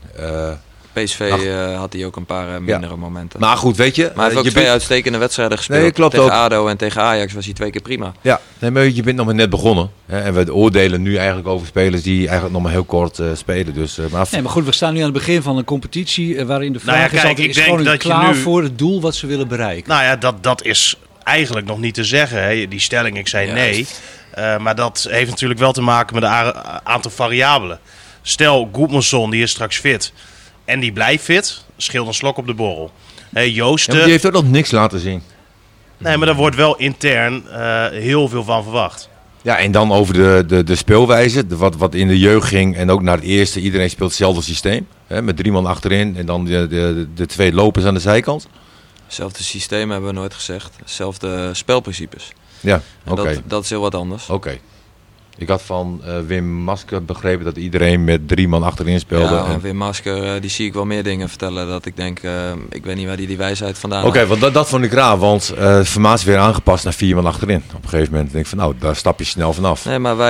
PSV had hij ook een paar mindere momenten. Maar goed, weet je... Maar hij heeft ook 2 uitstekende wedstrijden gespeeld. Nee, klopt tegen ook. ADO en tegen Ajax was hij 2 keer prima. Ja, maar je bent nog maar net begonnen. En we oordelen nu eigenlijk over spelers die eigenlijk nog maar heel kort spelen. Dus, maar goed, we staan nu aan het begin van een competitie waarin de vraag is gewoon dat klaar voor het doel wat ze willen bereiken. Nou ja, dat is eigenlijk nog niet te zeggen. Hè. Die stelling, ik zei nee. Maar dat heeft natuurlijk wel te maken met een aantal variabelen. Stel, Goedmanson, die is straks fit... En die blijft fit, scheelt een slok op de borrel. Joosten... die heeft ook nog niks laten zien. Nee, maar daar wordt wel intern heel veel van verwacht. Ja, en dan over de speelwijze. Wat in de jeugd ging en ook naar het eerste. Iedereen speelt hetzelfde systeem. Met 3 man achterin en dan de 2 lopers aan de zijkant. Hetzelfde systeem hebben we nooit gezegd. Hetzelfde spelprincipes. Ja, oké. Dat is heel wat anders. Oké. Ik had van Wim Masker begrepen dat iedereen met 3 man achterin speelde. Ja, Wim Masker, die zie ik wel meer dingen vertellen. Dat ik denk, ik weet niet waar die wijsheid vandaan Oké, want dat vond ik raar. Want de formatie weer aangepast naar 4 man achterin. Op een gegeven moment denk ik van daar stap je snel vanaf. Nee, maar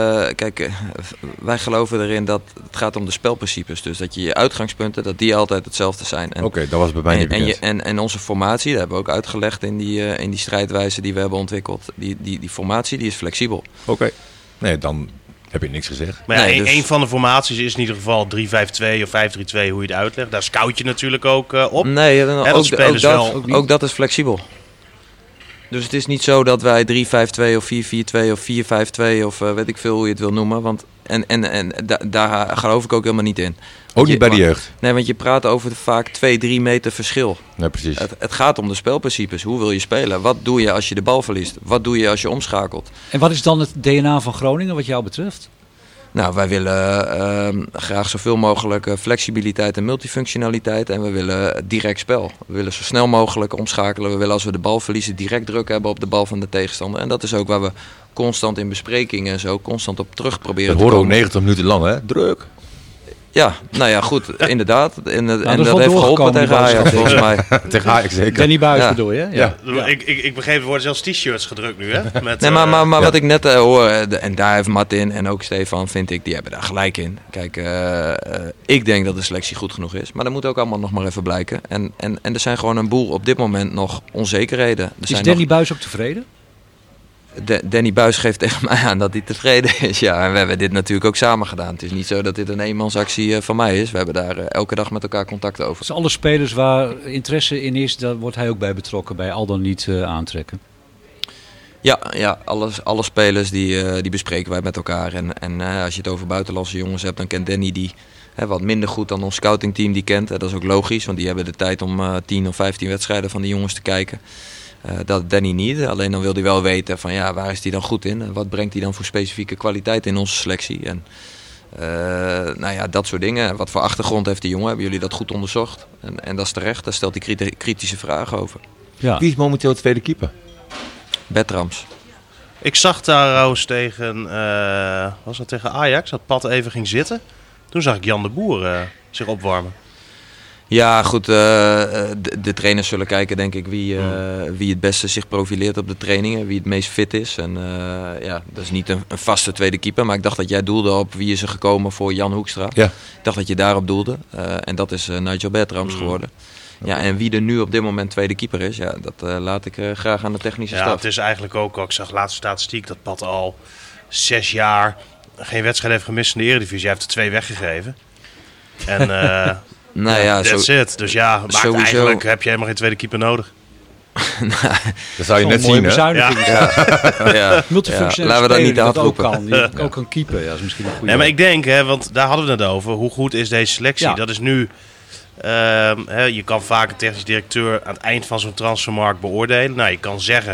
wij geloven erin dat het gaat om de spelprincipes. Dus dat je uitgangspunten, dat die altijd hetzelfde zijn. Oké, dat was bij mij niet bekend. En onze formatie, dat hebben we ook uitgelegd in die strijdwijze die we hebben ontwikkeld. Die formatie, die is flexibel. Oké. Nee, dan heb je niks gezegd. Maar een van de formaties is in ieder geval 3-5-2 of 5-3-2, hoe je het uitlegt. Daar scout je natuurlijk ook op. Nee, ook dat is flexibel. Dus het is niet zo dat wij 3-5-2 of 4-4-2 of 4-5-2 of weet ik veel hoe je het wil noemen. Want daar geloof ik ook helemaal niet in. Ook niet bij de jeugd? Nee, want je praat over vaak 2-3 meter verschil. Ja, precies. Het gaat om de spelprincipes. Hoe wil je spelen? Wat doe je als je de bal verliest? Wat doe je als je omschakelt? En wat is dan het DNA van Groningen wat jou betreft? Nou, wij willen graag zoveel mogelijk flexibiliteit en multifunctionaliteit. En we willen direct spel. We willen zo snel mogelijk omschakelen. We willen als we de bal verliezen direct druk hebben op de bal van de tegenstander. En dat is ook waar we constant in besprekingen en zo constant op terug proberen dat te komen. horen ook 90 minuten lang, hè? Druk. Ja, nou ja, goed, inderdaad. En dat dat heeft geholpen tegen Ajax, volgens mij. Tegen Ajax zeker. Danny Buijs Ja. bedoel je? Ja. Ik begreep, er worden zelfs t-shirts gedrukt nu, hè? Met, Nee, maar wat ik net hoor, en daar heeft Martin en ook Stefan, vind ik, die hebben daar gelijk in. Kijk, ik denk dat de selectie goed genoeg is. Maar dat moet ook allemaal nog maar even blijken. En er zijn gewoon een boel op dit moment nog onzekerheden. Is Danny Buijs ook tevreden? Danny Buijs geeft tegen mij aan dat hij tevreden is. Ja, en we hebben dit natuurlijk ook samen gedaan. Het is niet zo dat dit een eenmansactie van mij is. We hebben daar elke dag met elkaar contact over. Dus alle spelers waar interesse in is, daar wordt hij ook bij betrokken, bij al dan niet aantrekken? Ja, alle spelers die bespreken wij met elkaar. En als je het over buitenlandse jongens hebt, dan kent Danny die wat minder goed dan ons scoutingteam die kent. Dat is ook logisch, want die hebben de tijd om 10 of 15 wedstrijden van die jongens te kijken. Dat Danny niet. Alleen dan wil hij wel weten van ja, waar is hij dan goed in? En wat brengt hij dan voor specifieke kwaliteit in onze selectie? En nou ja, dat soort dingen. Wat voor achtergrond heeft die jongen? Hebben jullie dat goed onderzocht? En dat is terecht. Daar stelt hij kritische vragen over. Ja. Wie is momenteel de tweede keeper? Bertrams. Ik zag daar trouwens tegen, was dat tegen Ajax, dat Pat even ging zitten. Toen zag ik Jan de Boer zich opwarmen. Ja, goed. De trainers zullen kijken, denk ik, wie het beste zich profileert op de trainingen. Wie het meest fit is. En ja, dat is niet een vaste tweede keeper. Maar ik dacht dat jij doelde op wie is er gekomen voor Jan Hoekstra. Ja. Ik dacht dat je daarop doelde. En dat is Nigel Bertrams geworden. Ja, en wie er nu op dit moment tweede keeper is, ja, dat laat ik graag aan de technische Ja, staf. het is eigenlijk ook, ik zag laatste statistiek, dat Pat al 6 jaar geen wedstrijd heeft gemist in de Eredivisie. Hij heeft er 2 weggegeven. En Nou ja, that's it. Dus ja, maakt sowieso. eigenlijk heb je helemaal geen tweede keeper nodig. Dat zou je net Zo'n mooie zien, hè? bezuiniging. ja. Multifunctioneel Ja, laten we dat niet speler dat ook afroepen. kan. Ook kan keepen. Ja, dat is misschien een goede. Nee, maar ik denk, hè, want daar hadden we het net over. Hoe goed is deze selectie? Ja. Dat is nu... je kan vaak een technisch directeur aan het eind van zo'n transfermarkt beoordelen. Nou, je kan zeggen...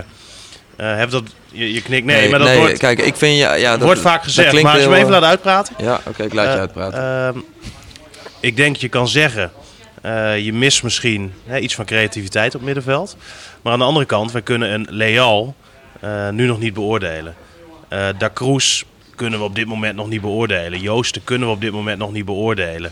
je knikt nee, maar dat wordt, kijk, ik vind dat wordt vaak gezegd. klinkt Maar als je me heel, even laat uitpraten... Ja, oké, ik laat je uitpraten. Ik denk, je kan zeggen... je mist misschien iets van creativiteit op middenveld. Maar aan de andere kant, wij kunnen een Leal nu nog niet beoordelen. Da Cruz kunnen we op dit moment nog niet beoordelen. Joosten kunnen we op dit moment nog niet beoordelen.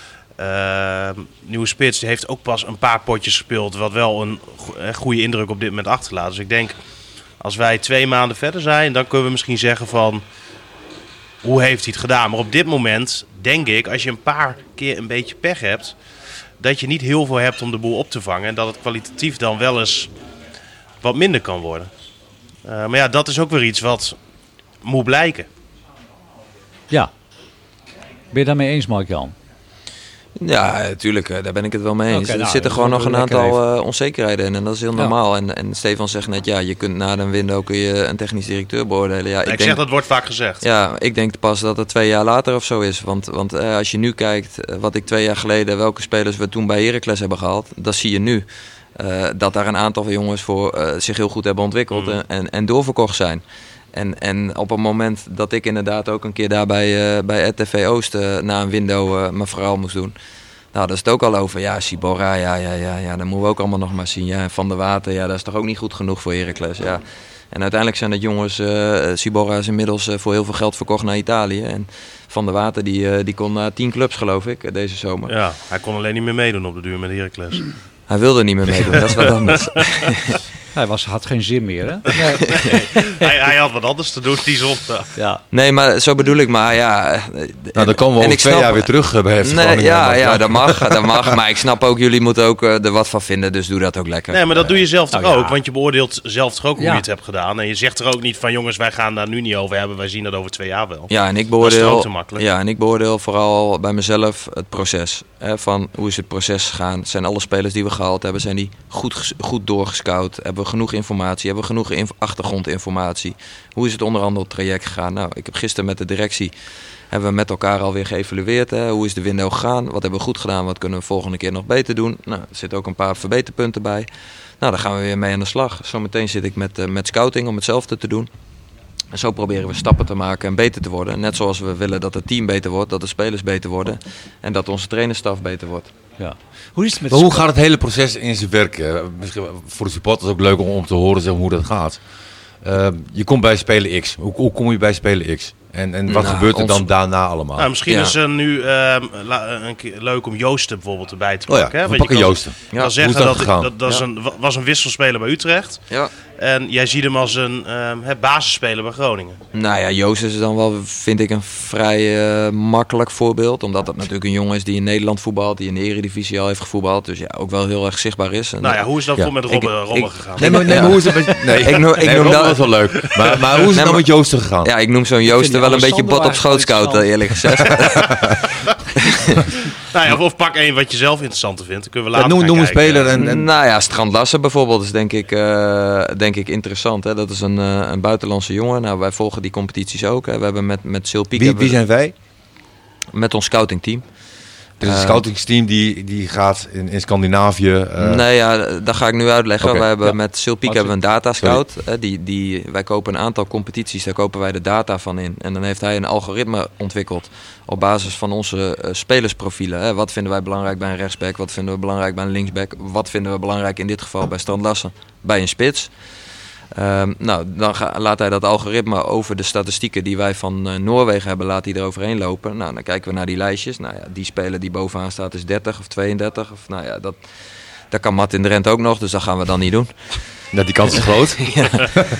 Nieuwe Spits die heeft ook pas een paar potjes gespeeld. Wat wel een goede indruk op dit moment achterlaat. Dus ik denk, als wij 2 maanden verder zijn, dan kunnen we misschien zeggen van... Hoe heeft hij het gedaan? Maar op dit moment denk ik, als je een paar keer een beetje pech hebt... dat je niet heel veel hebt om de boel op te vangen. En dat het kwalitatief dan wel eens wat minder kan worden. Maar ja, dat is ook weer iets wat moet blijken. Ja. Ben je daarmee eens, Mark-Jan? Ja, natuurlijk, daar ben ik het wel mee eens. Oké, Er nou, zitten gewoon nog een lekker aantal onzekerheden in en dat is heel normaal. En Stefan zegt net, ja, je kunt na een window kun je een technisch directeur beoordelen. Ja, Ik zeg, dat wordt vaak gezegd. Ja, ik denk pas dat het 2 jaar later of zo is. Want als je nu kijkt, wat ik 2 jaar geleden, welke spelers we toen bij Heracles hebben gehaald, dat zie je nu. Dat daar een aantal van jongens voor zich heel goed hebben ontwikkeld en doorverkocht zijn. En op het moment dat ik inderdaad ook een keer daar bij RTV Oost na een window mijn verhaal moest doen. Nou, daar is het ook al over. Ja, Sibora, ja, dat moeten we ook allemaal nog maar zien. Ja, Van der Water, ja, dat is toch ook niet goed genoeg voor Heracles. Ja. En uiteindelijk zijn dat jongens, Sibora is inmiddels voor heel veel geld verkocht naar Italië. En Van der Water die kon naar 10 clubs geloof ik deze zomer. Ja, hij kon alleen niet meer meedoen op de duur met Heracles. Hij wilde niet meer meedoen, dat is wat anders. Hij had geen zin meer, hè? hij had wat anders te doen die zondag. Ja. Nee, maar zo bedoel ik maar, ja. Nou, dan komen we en over ik 2 snap- jaar weer terug bij FC Nee, Groningen. ja, dat mag. Maar ik snap ook, jullie moeten ook er wat van vinden, dus doe dat ook lekker. Nee, maar dat doe je zelf toch nou ja. ook? Want je beoordeelt zelf toch ook hoe Ja. je het hebt gedaan. En je zegt er ook niet van, jongens, wij gaan daar nu niet over hebben. Wij zien dat over 2 jaar wel. Ja, en ik Dat is toch ook beoordeel, te makkelijk? ja, en ik beoordeel vooral bij mezelf het proces. Hè, van hoe is het proces gegaan? Zijn alle spelers die we gehaald hebben, zijn die goed doorgescout? Hebben we genoeg informatie? Hebben we genoeg achtergrondinformatie? Hoe is het onderhandeltraject gegaan? Nou, ik heb gisteren met de directie... hebben we met elkaar alweer geëvalueerd. Hè? Hoe is de window gegaan? Wat hebben we goed gedaan? Wat kunnen we volgende keer nog beter doen? Nou, er zitten ook een paar verbeterpunten bij. Nou, daar gaan we weer mee aan de slag. Zometeen zit ik met scouting om hetzelfde te doen. En zo proberen we stappen te maken en beter te worden. Net zoals we willen dat het team beter wordt, dat de spelers beter worden. En dat onze trainerstaf beter wordt. Ja. Hoe is het met hoe gaat het hele proces in zijn werk? Misschien voor de supporters ook leuk om te horen zeg, hoe dat gaat. Je komt bij Speler X. Hoe kom je bij Speler X? En wat gebeurt er dan daarna allemaal? Nou, misschien is het nu een keer leuk om Joosten bijvoorbeeld erbij te pakken. We pakken Joosten. Ja. Dan zeggen dat was een wisselspeler bij Utrecht. Ja. En jij ziet hem als een basisspeler bij Groningen. Nou ja, Joost is dan wel, vind ik, een vrij makkelijk voorbeeld. Omdat het natuurlijk een jongen is die in Nederland voetbalt. Die in de Eredivisie al heeft gevoetbald. Dus ja, ook wel heel erg zichtbaar is. En nou ja, hoe is dat voor met Robben gegaan? Nee, maar hoe is het met... Nee, ik noem dat wel leuk. Maar hoe is het dan met Joosten gegaan? Ja, ik noem zo'n Joosten wel een beetje bot op schoot scouten, eerlijk gezegd. Nou ja, of pak één wat je zelf interessant vindt. Dan kunnen we later noem een speler. Nou ja, Strand Larsen bijvoorbeeld is denk ik interessant. Hè? Dat is een buitenlandse jongen. Nou, wij volgen die competities ook. Hè? We hebben met Silpiek... Wie zijn wij? Met ons scoutingteam. Dus een scoutingsteam die gaat in Scandinavië... Nee, ja, dat ga ik nu uitleggen. Wij hebben met Silpiek hebben we een datascout. Wij kopen een aantal competities, daar kopen wij de data van in. En dan heeft hij een algoritme ontwikkeld op basis van onze spelersprofielen. Hè. Wat vinden wij belangrijk bij een rechtsback? Wat vinden we belangrijk bij een linksback? Wat vinden we belangrijk in dit geval bij Strand Larsen? Bij een spits. Nou, dan laat hij dat algoritme over de statistieken die wij van Noorwegen hebben, laat hij eroverheen lopen. Nou, dan kijken we naar die lijstjes. Nou ja, die speler die bovenaan staat is 30 of 32. Of, nou ja, dat kan Martin Drent ook nog, dus dat gaan we dan niet doen. Ja, die kans is groot. Ja.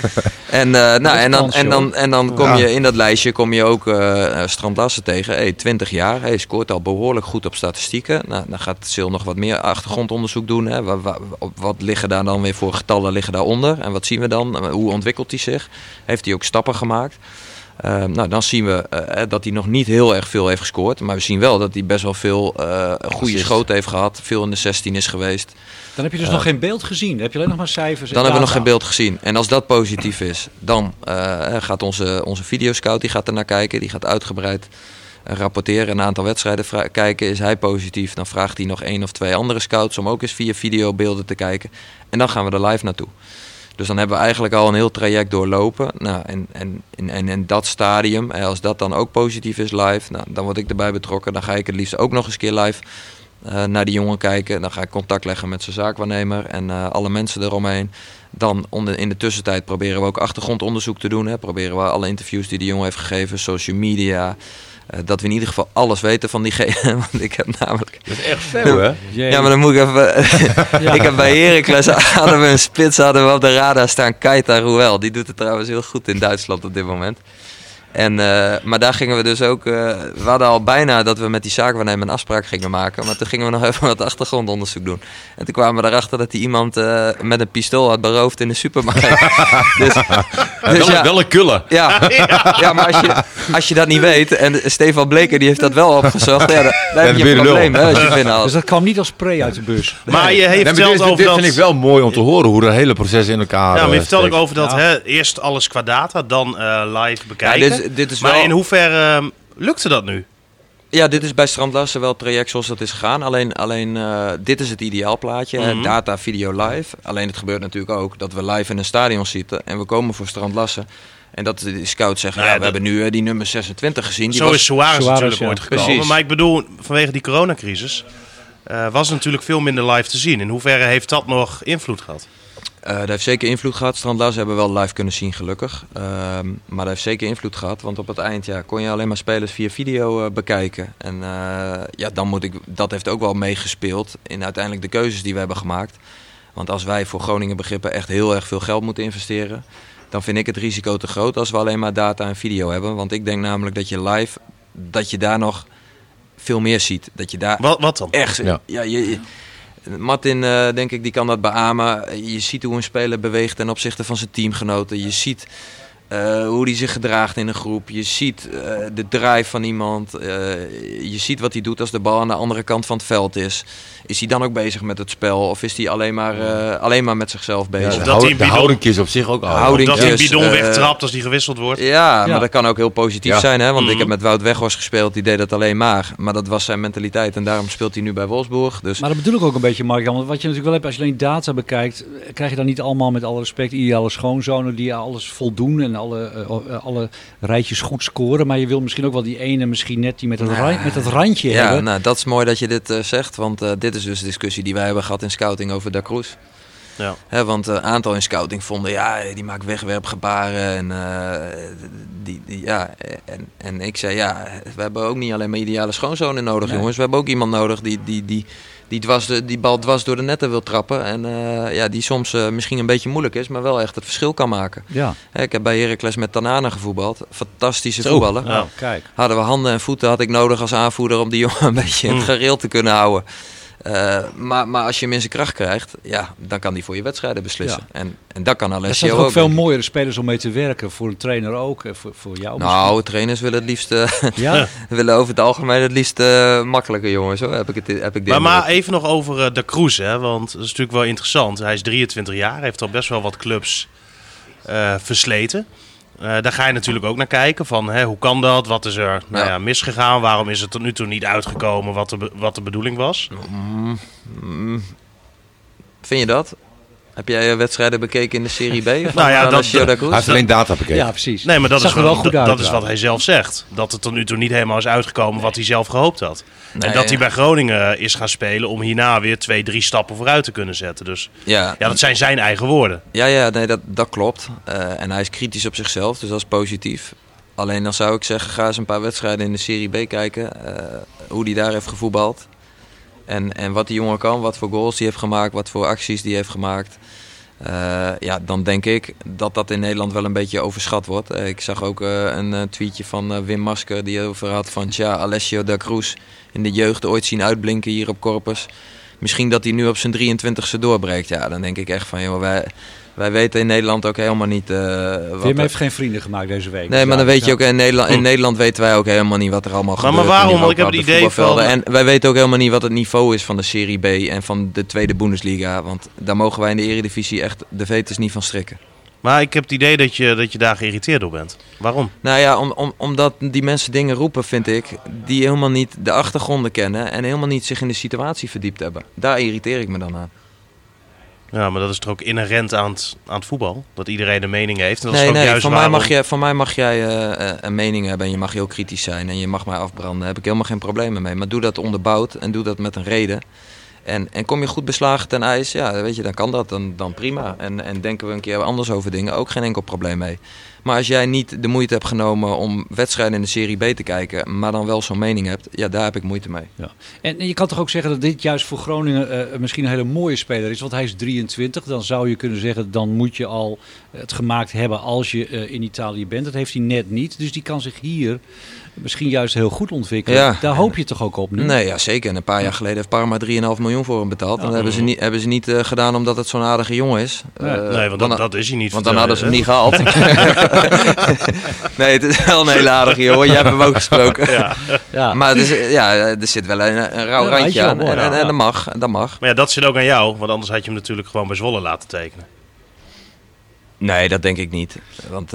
En dan kom je in dat lijstje ook Strand Larsen tegen. 20 jaar, hij scoort al behoorlijk goed op statistieken. Nou, dan gaat Sil nog wat meer achtergrondonderzoek doen. Hè. Wat liggen daar dan weer voor getallen liggen daaronder? En wat zien we dan? Hoe ontwikkelt hij zich? Heeft hij ook stappen gemaakt? Nou, dan zien we dat hij nog niet heel erg veel heeft gescoord. Maar we zien wel dat hij best wel veel goede schoten heeft gehad. Veel in de 16 is geweest. Dan heb je dus nog geen beeld gezien. Dan heb je alleen nog maar cijfers. Dan hebben we nog geen beeld gezien. En als dat positief is, dan gaat onze videoscout die gaat er naar kijken. Die gaat uitgebreid rapporteren. Een aantal wedstrijden kijken. Is hij positief? Dan vraagt hij nog 1 of 2 andere scouts om ook eens via videobeelden te kijken. En dan gaan we er live naartoe. Dus dan hebben we eigenlijk al een heel traject doorlopen. Nou, en dat stadium, als dat dan ook positief is live, nou, dan word ik erbij betrokken. Dan ga ik het liefst ook nog eens keer live naar die jongen kijken. Dan ga ik contact leggen met zijn zaakwaarnemer en alle mensen eromheen. Dan in de tussentijd proberen we ook achtergrondonderzoek te doen. Hè. Proberen we alle interviews die de jongen heeft gegeven, social media... dat we in ieder geval alles weten van diegene. Want ik heb namelijk... Dat is echt veel, hè? Ja, maar dan moet ik even... Ik heb bij Heracles hadden we een spits op de radar staan. Keita Ruel. Die doet het trouwens heel goed in Duitsland op dit moment. Maar daar gingen we dus ook... we hadden al bijna dat we met die zaakwaarnemer een afspraak gingen maken. Maar toen gingen we nog even wat achtergrondonderzoek doen. En toen kwamen we erachter dat hij iemand met een pistool had beroofd in de supermarkt. Wel een kulle. Ja, maar als je dat niet weet... En Stefan Bleker die heeft dat wel opgezocht. Ja, dan heb je een probleem. Hè, als je binnenhaalt. Dus dat kwam niet als pre uit de bus. Maar je heeft verteld over dit dat... vind ik wel mooi om te horen hoe dat hele proces in elkaar Ja, maar je vertelt ook over dat Ja. Eerst alles qua data, dan live bekijken. Ja, dit is maar wel... in hoeverre lukte dat nu? Ja, dit is bij Strand Larsen wel het traject zoals dat is gegaan. Alleen dit is het ideaalplaatje. Mm-hmm. Data, video, live. Alleen het gebeurt natuurlijk ook dat we live in een stadion zitten. En we komen voor Strand Larsen. En dat de scouts zeggen, we hebben nu die nummer 26 gezien. Die is Suarez natuurlijk ooit gekomen. Precies. Maar ik bedoel, vanwege die coronacrisis was natuurlijk veel minder live te zien. In hoeverre heeft dat nog invloed gehad? Dat heeft zeker invloed gehad. Strand Larsen hebben we wel live kunnen zien, gelukkig. Maar dat heeft zeker invloed gehad. Want op het eind kon je alleen maar spelers via video bekijken. En dat heeft ook wel meegespeeld in uiteindelijk de keuzes die we hebben gemaakt. Want als wij voor Groningen begrippen echt heel erg veel geld moeten investeren... dan vind ik het risico te groot als we alleen maar data en video hebben. Want ik denk namelijk dat je live, dat je daar nog veel meer ziet. Dat je daar wat dan? Echt, Martin, denk ik, die kan dat beamen. Je ziet hoe een speler beweegt ten opzichte van zijn teamgenoten. Je ziet Hoe die zich gedraagt in een groep. Je ziet de drive van iemand. Je ziet wat hij doet als de bal aan de andere kant van het veld is. Is hij dan ook bezig met het spel? Of is hij alleen maar met zichzelf bezig? Ja, de houding is op zich ook al. Dat hij een bidon wegtrapt als die gewisseld wordt. Ja, maar dat kan ook heel positief zijn. Hè? Want ik heb met Wout Weghorst gespeeld. Die deed dat alleen maar. Maar dat was zijn mentaliteit. En daarom speelt hij nu bij Wolfsburg. Dus... Maar dat bedoel ik ook een beetje, Mark-Jan. Want wat je natuurlijk wel hebt, als je alleen data bekijkt, krijg je dan niet allemaal met alle respect ideale schoonzonen die alles voldoen en alle rijtjes goed scoren. Maar je wil misschien ook wel die ene, misschien net die met het randje hebben. Ja, nou, dat is mooi dat je dit zegt. Want dit is dus de discussie die wij hebben gehad in scouting over Da Cruz. Ja. Want een aantal in scouting vonden, die maakt wegwerpgebaren. En ik zei, we hebben ook niet alleen maar ideale schoonzonen nodig, jongens. We hebben ook iemand nodig die bal dwars door de netten wil trappen. En die soms misschien een beetje moeilijk is, maar wel echt het verschil kan maken. Ja. Ik heb bij Heracles met Tanane gevoetbald. Fantastische voetballer. Ja, kijk. Hadden we handen en voeten, had ik nodig als aanvoerder om die jongen een beetje in het gareel te kunnen houden. Maar als je hem in zijn kracht krijgt, dan kan hij voor je wedstrijden beslissen. Ja. En dat kan Alessio ook. Er zijn ook veel mooiere spelers om mee te werken. Voor een trainer ook, voor jou misschien. Trainers willen het liefst willen over het algemeen het liefst makkelijke jongens. Hoor. Heb ik maar even nog over Da Cruz, hè? Want dat is natuurlijk wel interessant. Hij is 23 jaar, heeft al best wel wat clubs versleten. Daar ga je natuurlijk ook naar kijken van hoe kan dat, wat is er misgegaan, waarom is het tot nu toe niet uitgekomen wat de bedoeling was? Vind je dat? Heb jij wedstrijden bekeken in de Serie B? Hij heeft alleen data bekeken. Ja, precies. Nee, maar dat dat is wat hij zelf zegt. Dat het tot nu toe niet helemaal is uitgekomen wat hij zelf gehoopt had. En dat hij bij Groningen is gaan spelen om hierna weer 2-3 stappen vooruit te kunnen zetten. Dus dat zijn zijn eigen woorden. Dat klopt. En hij is kritisch op zichzelf, dus dat is positief. Alleen dan zou ik zeggen, ga eens een paar wedstrijden in de Serie B kijken. Hoe hij daar heeft gevoetbald. En wat die jongen kan, wat voor goals hij heeft gemaakt, wat voor acties die heeft gemaakt. Dan denk ik dat in Nederland wel een beetje overschat wordt. Ik zag ook een tweetje van Wim Masker die over had van Alessio Da Cruz in de jeugd ooit zien uitblinken hier op Corpus. Misschien dat hij nu op zijn 23e doorbreekt. Ja, dan denk ik echt van, joh, wij weten in Nederland ook helemaal niet... Wim heeft geen vrienden gemaakt deze week. Nee, maar dan weet je ook, in Nederland weten wij ook helemaal niet wat er allemaal gebeurt. Maar waarom? Want ik heb het idee van... En wij weten ook helemaal niet wat het niveau is van de Serie B en van de tweede Bundesliga. Want daar mogen wij in de Eredivisie echt de veters niet van strikken. Maar ik heb het idee dat je daar geïrriteerd door bent. Waarom? Nou ja, omdat die mensen dingen roepen, vind ik, die helemaal niet de achtergronden kennen en helemaal niet zich in de situatie verdiept hebben. Daar irriteer ik me dan aan. Ja, maar dat is toch ook inherent aan het voetbal? Dat iedereen een mening heeft? En dat nee, is ook juist van mij mag jij een mening hebben en je mag heel kritisch zijn en je mag mij afbranden. Daar heb ik helemaal geen problemen mee. Maar doe dat onderbouwd en doe dat met een reden. En kom je goed beslagen ten ijs, weet je, dan kan dat, dan prima. En denken we een keer anders over dingen, ook geen enkel probleem mee. Maar als jij niet de moeite hebt genomen om wedstrijden in de Serie B te kijken, maar dan wel zo'n mening hebt, daar heb ik moeite mee. Ja. En je kan toch ook zeggen dat dit juist voor Groningen misschien een hele mooie speler is, want hij is 23. Dan zou je kunnen zeggen, dan moet je al het gemaakt hebben als je in Italië bent. Dat heeft hij net niet, dus die kan zich hier misschien juist heel goed ontwikkelen. Ja. Daar hoop je toch ook op nu? Nee, ja, zeker. En een paar jaar geleden heeft Parma 3,5 miljoen voor hem betaald. En dat hebben ze niet gedaan omdat het zo'n aardige jongen is. Nee, want dat is hij niet. Want dan hadden ze hem niet gehaald. Nee, het is wel een hele aardige jongen. Jij hebt hem ook gesproken. Ja. Maar er zit wel een rauw randje aan. En dat mag. Maar dat zit ook aan jou. Want anders had je hem natuurlijk gewoon bij Zwolle laten tekenen. Nee, dat denk ik niet. Want...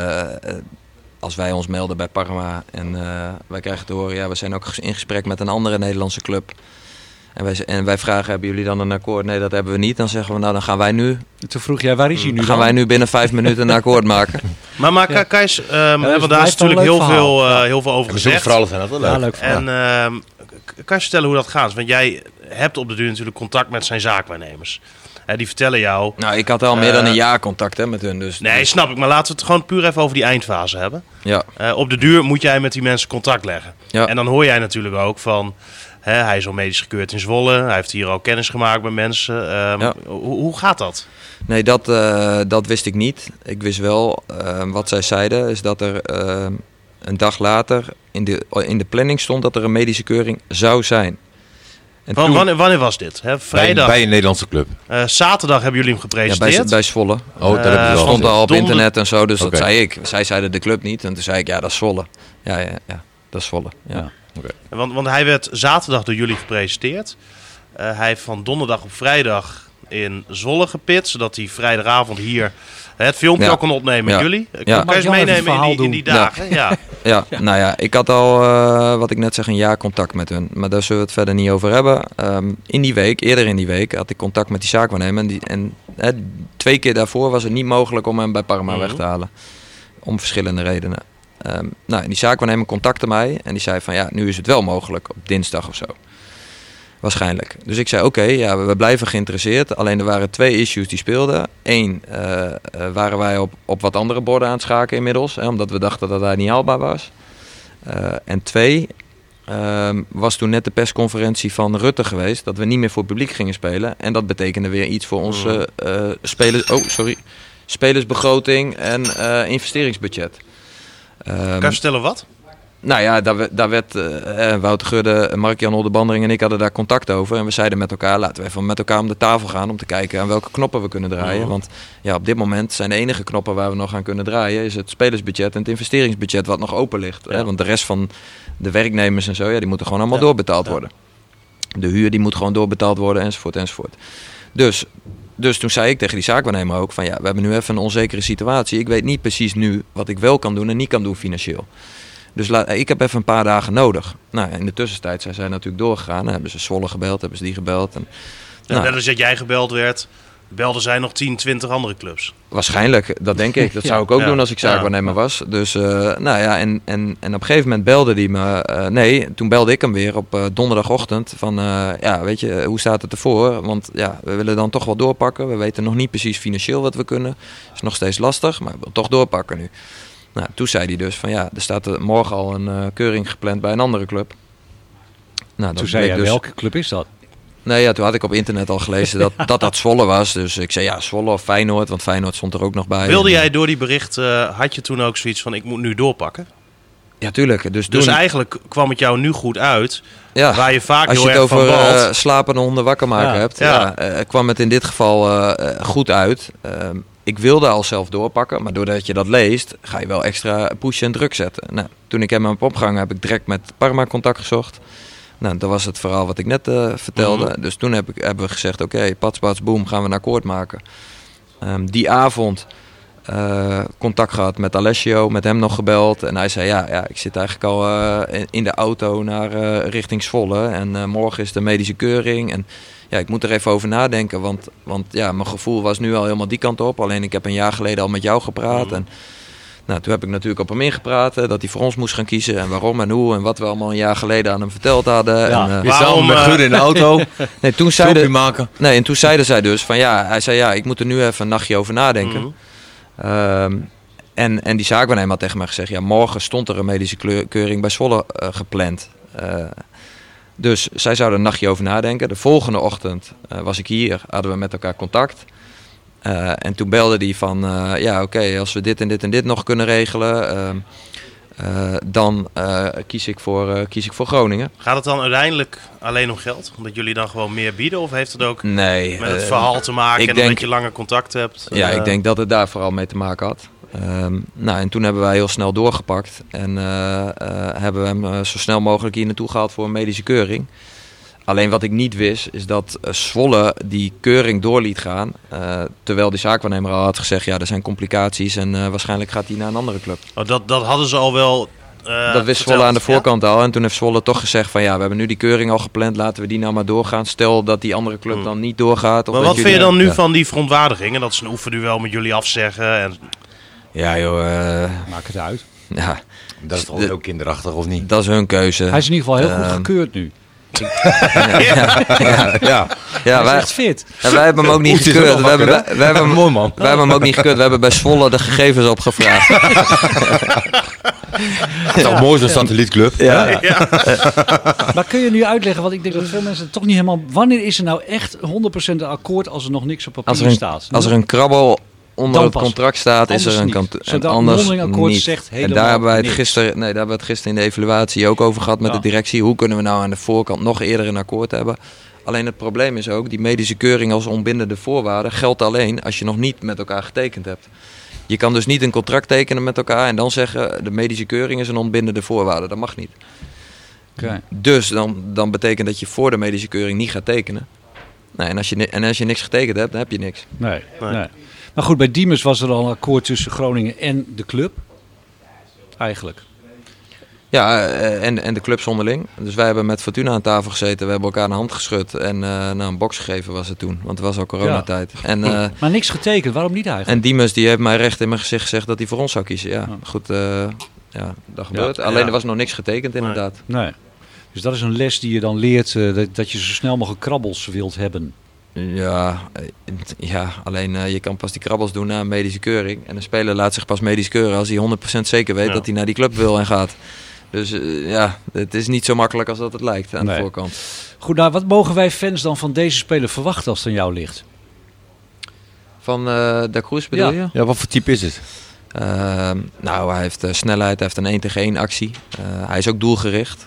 als wij ons melden bij Parma en wij krijgen te horen, we zijn ook in gesprek met een andere Nederlandse club. En wij vragen, hebben jullie dan een akkoord? Nee, dat hebben we niet. Dan zeggen we, dan gaan wij nu... Toen vroeg jij, waar is hij nu gaan wij nu binnen 5 minuten een akkoord maken. Maar Kajs, want daar is natuurlijk heel veel over gezegd. Vooral zijn dat wel leuk. Ja, leuk en kan je vertellen hoe dat gaat? Want jij hebt op de duur natuurlijk contact met zijn zaakwaarnemers. Die vertellen jou... Nou, ik had al meer dan een jaar contact met hun. Dus, nee, snap ik. Maar laten we het gewoon puur even over die eindfase hebben. Ja. Op de duur moet jij met die mensen contact leggen. Ja. En dan hoor jij natuurlijk ook van... hij is al medisch gekeurd in Zwolle. Hij heeft hier al kennis gemaakt met mensen. Hoe gaat dat? Nee, dat wist ik niet. Ik wist wel, wat zij zeiden, is dat er een dag later in de planning stond dat er een medische keuring zou zijn. En wanneer was dit? Hè? Vrijdag. Bij een Nederlandse club. Zaterdag hebben jullie hem gepresenteerd. bij Zwolle. Oh, dat hebben we wel. Stond al op internet en zo, dus Oké. dat zei ik. Zij zeiden de club niet. En toen zei ik, ja, dat is Zwolle. Ja, dat is Zwolle. Ja. Want hij werd zaterdag door jullie gepresenteerd. Hij heeft van donderdag op vrijdag in Zwolle gepit, zodat hij vrijdagavond hier het filmpje al kon opnemen met jullie. Kan je eens meenemen in die dagen? Ja. Nou ja, ik had al, wat ik net zeg, een jaar contact met hun. Maar daar zullen we het verder niet over hebben. Eerder in die week, had ik contact met die zaakwaarnemer. En 2 keer daarvoor was het niet mogelijk om hem bij Parma weg te halen. Om verschillende redenen. En die zaakwaarnemer contacte mij en die zei van, ja, nu is het wel mogelijk op dinsdag of zo. Waarschijnlijk. Dus ik zei oké, we blijven geïnteresseerd. Alleen er waren 2 issues die speelden. 1, waren wij op wat andere borden aan het schaken inmiddels. Omdat we dachten dat hij niet haalbaar was. En 2, was toen net de persconferentie van Rutte geweest. Dat we niet meer voor het publiek gingen spelen. En dat betekende weer iets voor onze spelersbegroting en investeringsbudget. Kan je vertellen wat? Nou ja, daar werd Wouter Gudde, Mark-Jan Oldenbandering en ik hadden daar contact over. En we zeiden met elkaar, laten we even met elkaar om de tafel gaan om te kijken aan welke knoppen we kunnen draaien. Want ja, op dit moment zijn de enige knoppen waar we nog aan kunnen draaien is het spelersbudget en het investeringsbudget wat nog open ligt. Ja. Want de rest van de werknemers en zo, die moeten gewoon allemaal doorbetaald worden. De huur die moet gewoon doorbetaald worden enzovoort. Dus toen zei ik tegen die zaakwaarnemer ook van, ja, we hebben nu even een onzekere situatie. Ik weet niet precies nu wat ik wel kan doen en niet kan doen financieel. Dus ik heb even een paar dagen nodig. Nou, in de tussentijd zijn zij natuurlijk doorgegaan. Dan hebben ze Zwolle gebeld, hebben ze die gebeld. En, net als dat jij gebeld werd, belden zij nog 10, 20 andere clubs. Waarschijnlijk, dat denk ik. Dat zou ik ook doen als ik zaakwaarnemer was. Dus, en op een gegeven moment belde hij me... toen belde ik hem weer op donderdagochtend. Van, weet je, hoe staat het ervoor? Want ja, we willen dan toch wel doorpakken. We weten nog niet precies financieel wat we kunnen. Is nog steeds lastig, maar we willen toch doorpakken nu. Nou, toen zei hij dus van, ja, er staat morgen al een keuring gepland bij een andere club. Nou, toen zei jij, welke club is dat? Nee, ja, toen had ik op internet al gelezen dat Zwolle was. Dus ik zei, ja, Zwolle of Feyenoord, want Feyenoord stond er ook nog bij. Wilde jij door die bericht, had je toen ook zoiets van, ik moet nu doorpakken? Ja, tuurlijk. Dus eigenlijk kwam het jou nu goed uit, ja, waar je vaak heel erg van balt. Als je het over slapende honden wakker maken hebt, kwam het in dit geval goed uit. Ik wilde al zelf doorpakken, maar doordat je dat leest, ga je wel extra pushen en druk zetten. Nou, toen ik hem heb opgehangen, heb ik direct met Parma contact gezocht. Nou, dat was het verhaal wat ik net vertelde. Dus toen hebben we gezegd, oké, pats, boom, gaan we een akkoord maken. Die avond contact gehad met Alessio, met hem nog gebeld. En hij zei, ja, ik zit eigenlijk al in de auto naar richting Zwolle. En morgen is de medische keuring. En ja, ik moet er even over nadenken, want ja, mijn gevoel was nu al helemaal die kant op. Alleen ik heb een jaar geleden al met jou gepraat. En nou, toen heb ik natuurlijk op hem ingepraat, dat hij voor ons moest gaan kiezen. En waarom en hoe en wat we allemaal een jaar geleden aan hem verteld hadden. Ja, en, waarom met Gudde in de auto? Nee, toen zeiden zij dus van ja, hij zei ja, ik moet er nu even een nachtje over nadenken. En die zaakwaarnemer had tegen mij gezegd, ja, morgen stond er een medische keuring bij Zwolle gepland. Dus zij zouden een nachtje over nadenken. De volgende ochtend was ik hier, hadden we met elkaar contact. En toen belde hij van, oké, als we dit en dit en dit nog kunnen regelen, dan kies ik voor Groningen. Gaat het dan uiteindelijk alleen om geld? Omdat jullie dan gewoon meer bieden? Of heeft het ook met het verhaal te maken en dat je langer contact hebt? Ja, ik denk dat het daar vooral mee te maken had. En toen hebben wij heel snel doorgepakt en hebben we hem zo snel mogelijk hier naartoe gehaald voor een medische keuring. Alleen wat ik niet wist is dat Zwolle die keuring door liet gaan, terwijl die zaakwaarnemer al had gezegd, ja, er zijn complicaties en waarschijnlijk gaat hij naar een andere club. Oh, dat hadden ze al wel dat wist Zwolle aan de voorkant al. En toen heeft Zwolle toch gezegd van ja, we hebben nu die keuring al gepland, laten we die nou maar doorgaan. Stel dat die andere club dan niet doorgaat. Of maar wat vind je dan nu van die verontwaardiging? En dat is een oefenduel met jullie afzeggen en... Ja joh, maak het uit. Ja, dat is toch ook kinderachtig of niet? Dat is hun keuze. Hij is in ieder geval heel goed gekeurd nu. Ja, hij is echt fit. En wij hebben hem ook niet gekeurd. Wij hebben hem ook niet gekeurd. We hebben bij Zwolle de gegevens opgevraagd. Het is toch mooi zo'n satellietclub. Ja. Maar kun je nu uitleggen, want ik denk dat veel mensen het toch niet helemaal... Wanneer is er nou echt 100% akkoord als er nog niks op papier staat? Als er een krabbel onder Dan het pas. contract staat, is er een Anders kant. niet. En Zodat anders mondeling akkoord niet. zegt En helemaal daar hebben wij het niks. gisteren in de evaluatie ook over gehad met Ja. de directie. Hoe kunnen we nou aan de voorkant nog eerder een akkoord hebben? Alleen het probleem is ook, die medische keuring als onbindende voorwaarde geldt alleen als je nog niet met elkaar getekend hebt. Je kan dus niet een contract tekenen met elkaar en dan zeggen de medische keuring is een onbindende voorwaarde. Dat mag niet. Oké. Dus dan betekent dat je voor de medische keuring niet gaat tekenen. Nee, en als je niks getekend hebt, dan heb je niks. Nee. Nee. Maar goed, bij Diemers was er al een akkoord tussen Groningen en de club. Eigenlijk. Ja, en de clubs onderling. Dus wij hebben met Fortuna aan tafel gezeten. We hebben elkaar een hand geschud en een box gegeven was het toen. Want het was al coronatijd. Ja. En, Maar niks getekend, waarom niet eigenlijk? en Diemers die heeft mij recht in mijn gezicht gezegd dat hij voor ons zou kiezen. Ja, goed, dat gebeurt. Ja. Alleen er was nog niks getekend inderdaad. Nee. Dus dat is een les die je dan leert, dat je zo snel mogelijk krabbels wilt hebben. Ja, alleen je kan pas die krabbels doen na een medische keuring. En een speler laat zich pas medisch keuren als hij 100% zeker weet dat hij naar die club wil en gaat. Dus het is niet zo makkelijk als dat het lijkt aan de voorkant. Goed, nou, wat mogen wij fans dan van deze speler verwachten als het aan jou ligt? Van Da Cruz bedoel je? Ja, wat voor type is het? Nou, hij heeft snelheid, hij heeft een 1-tegen-1 actie. Hij is ook doelgericht.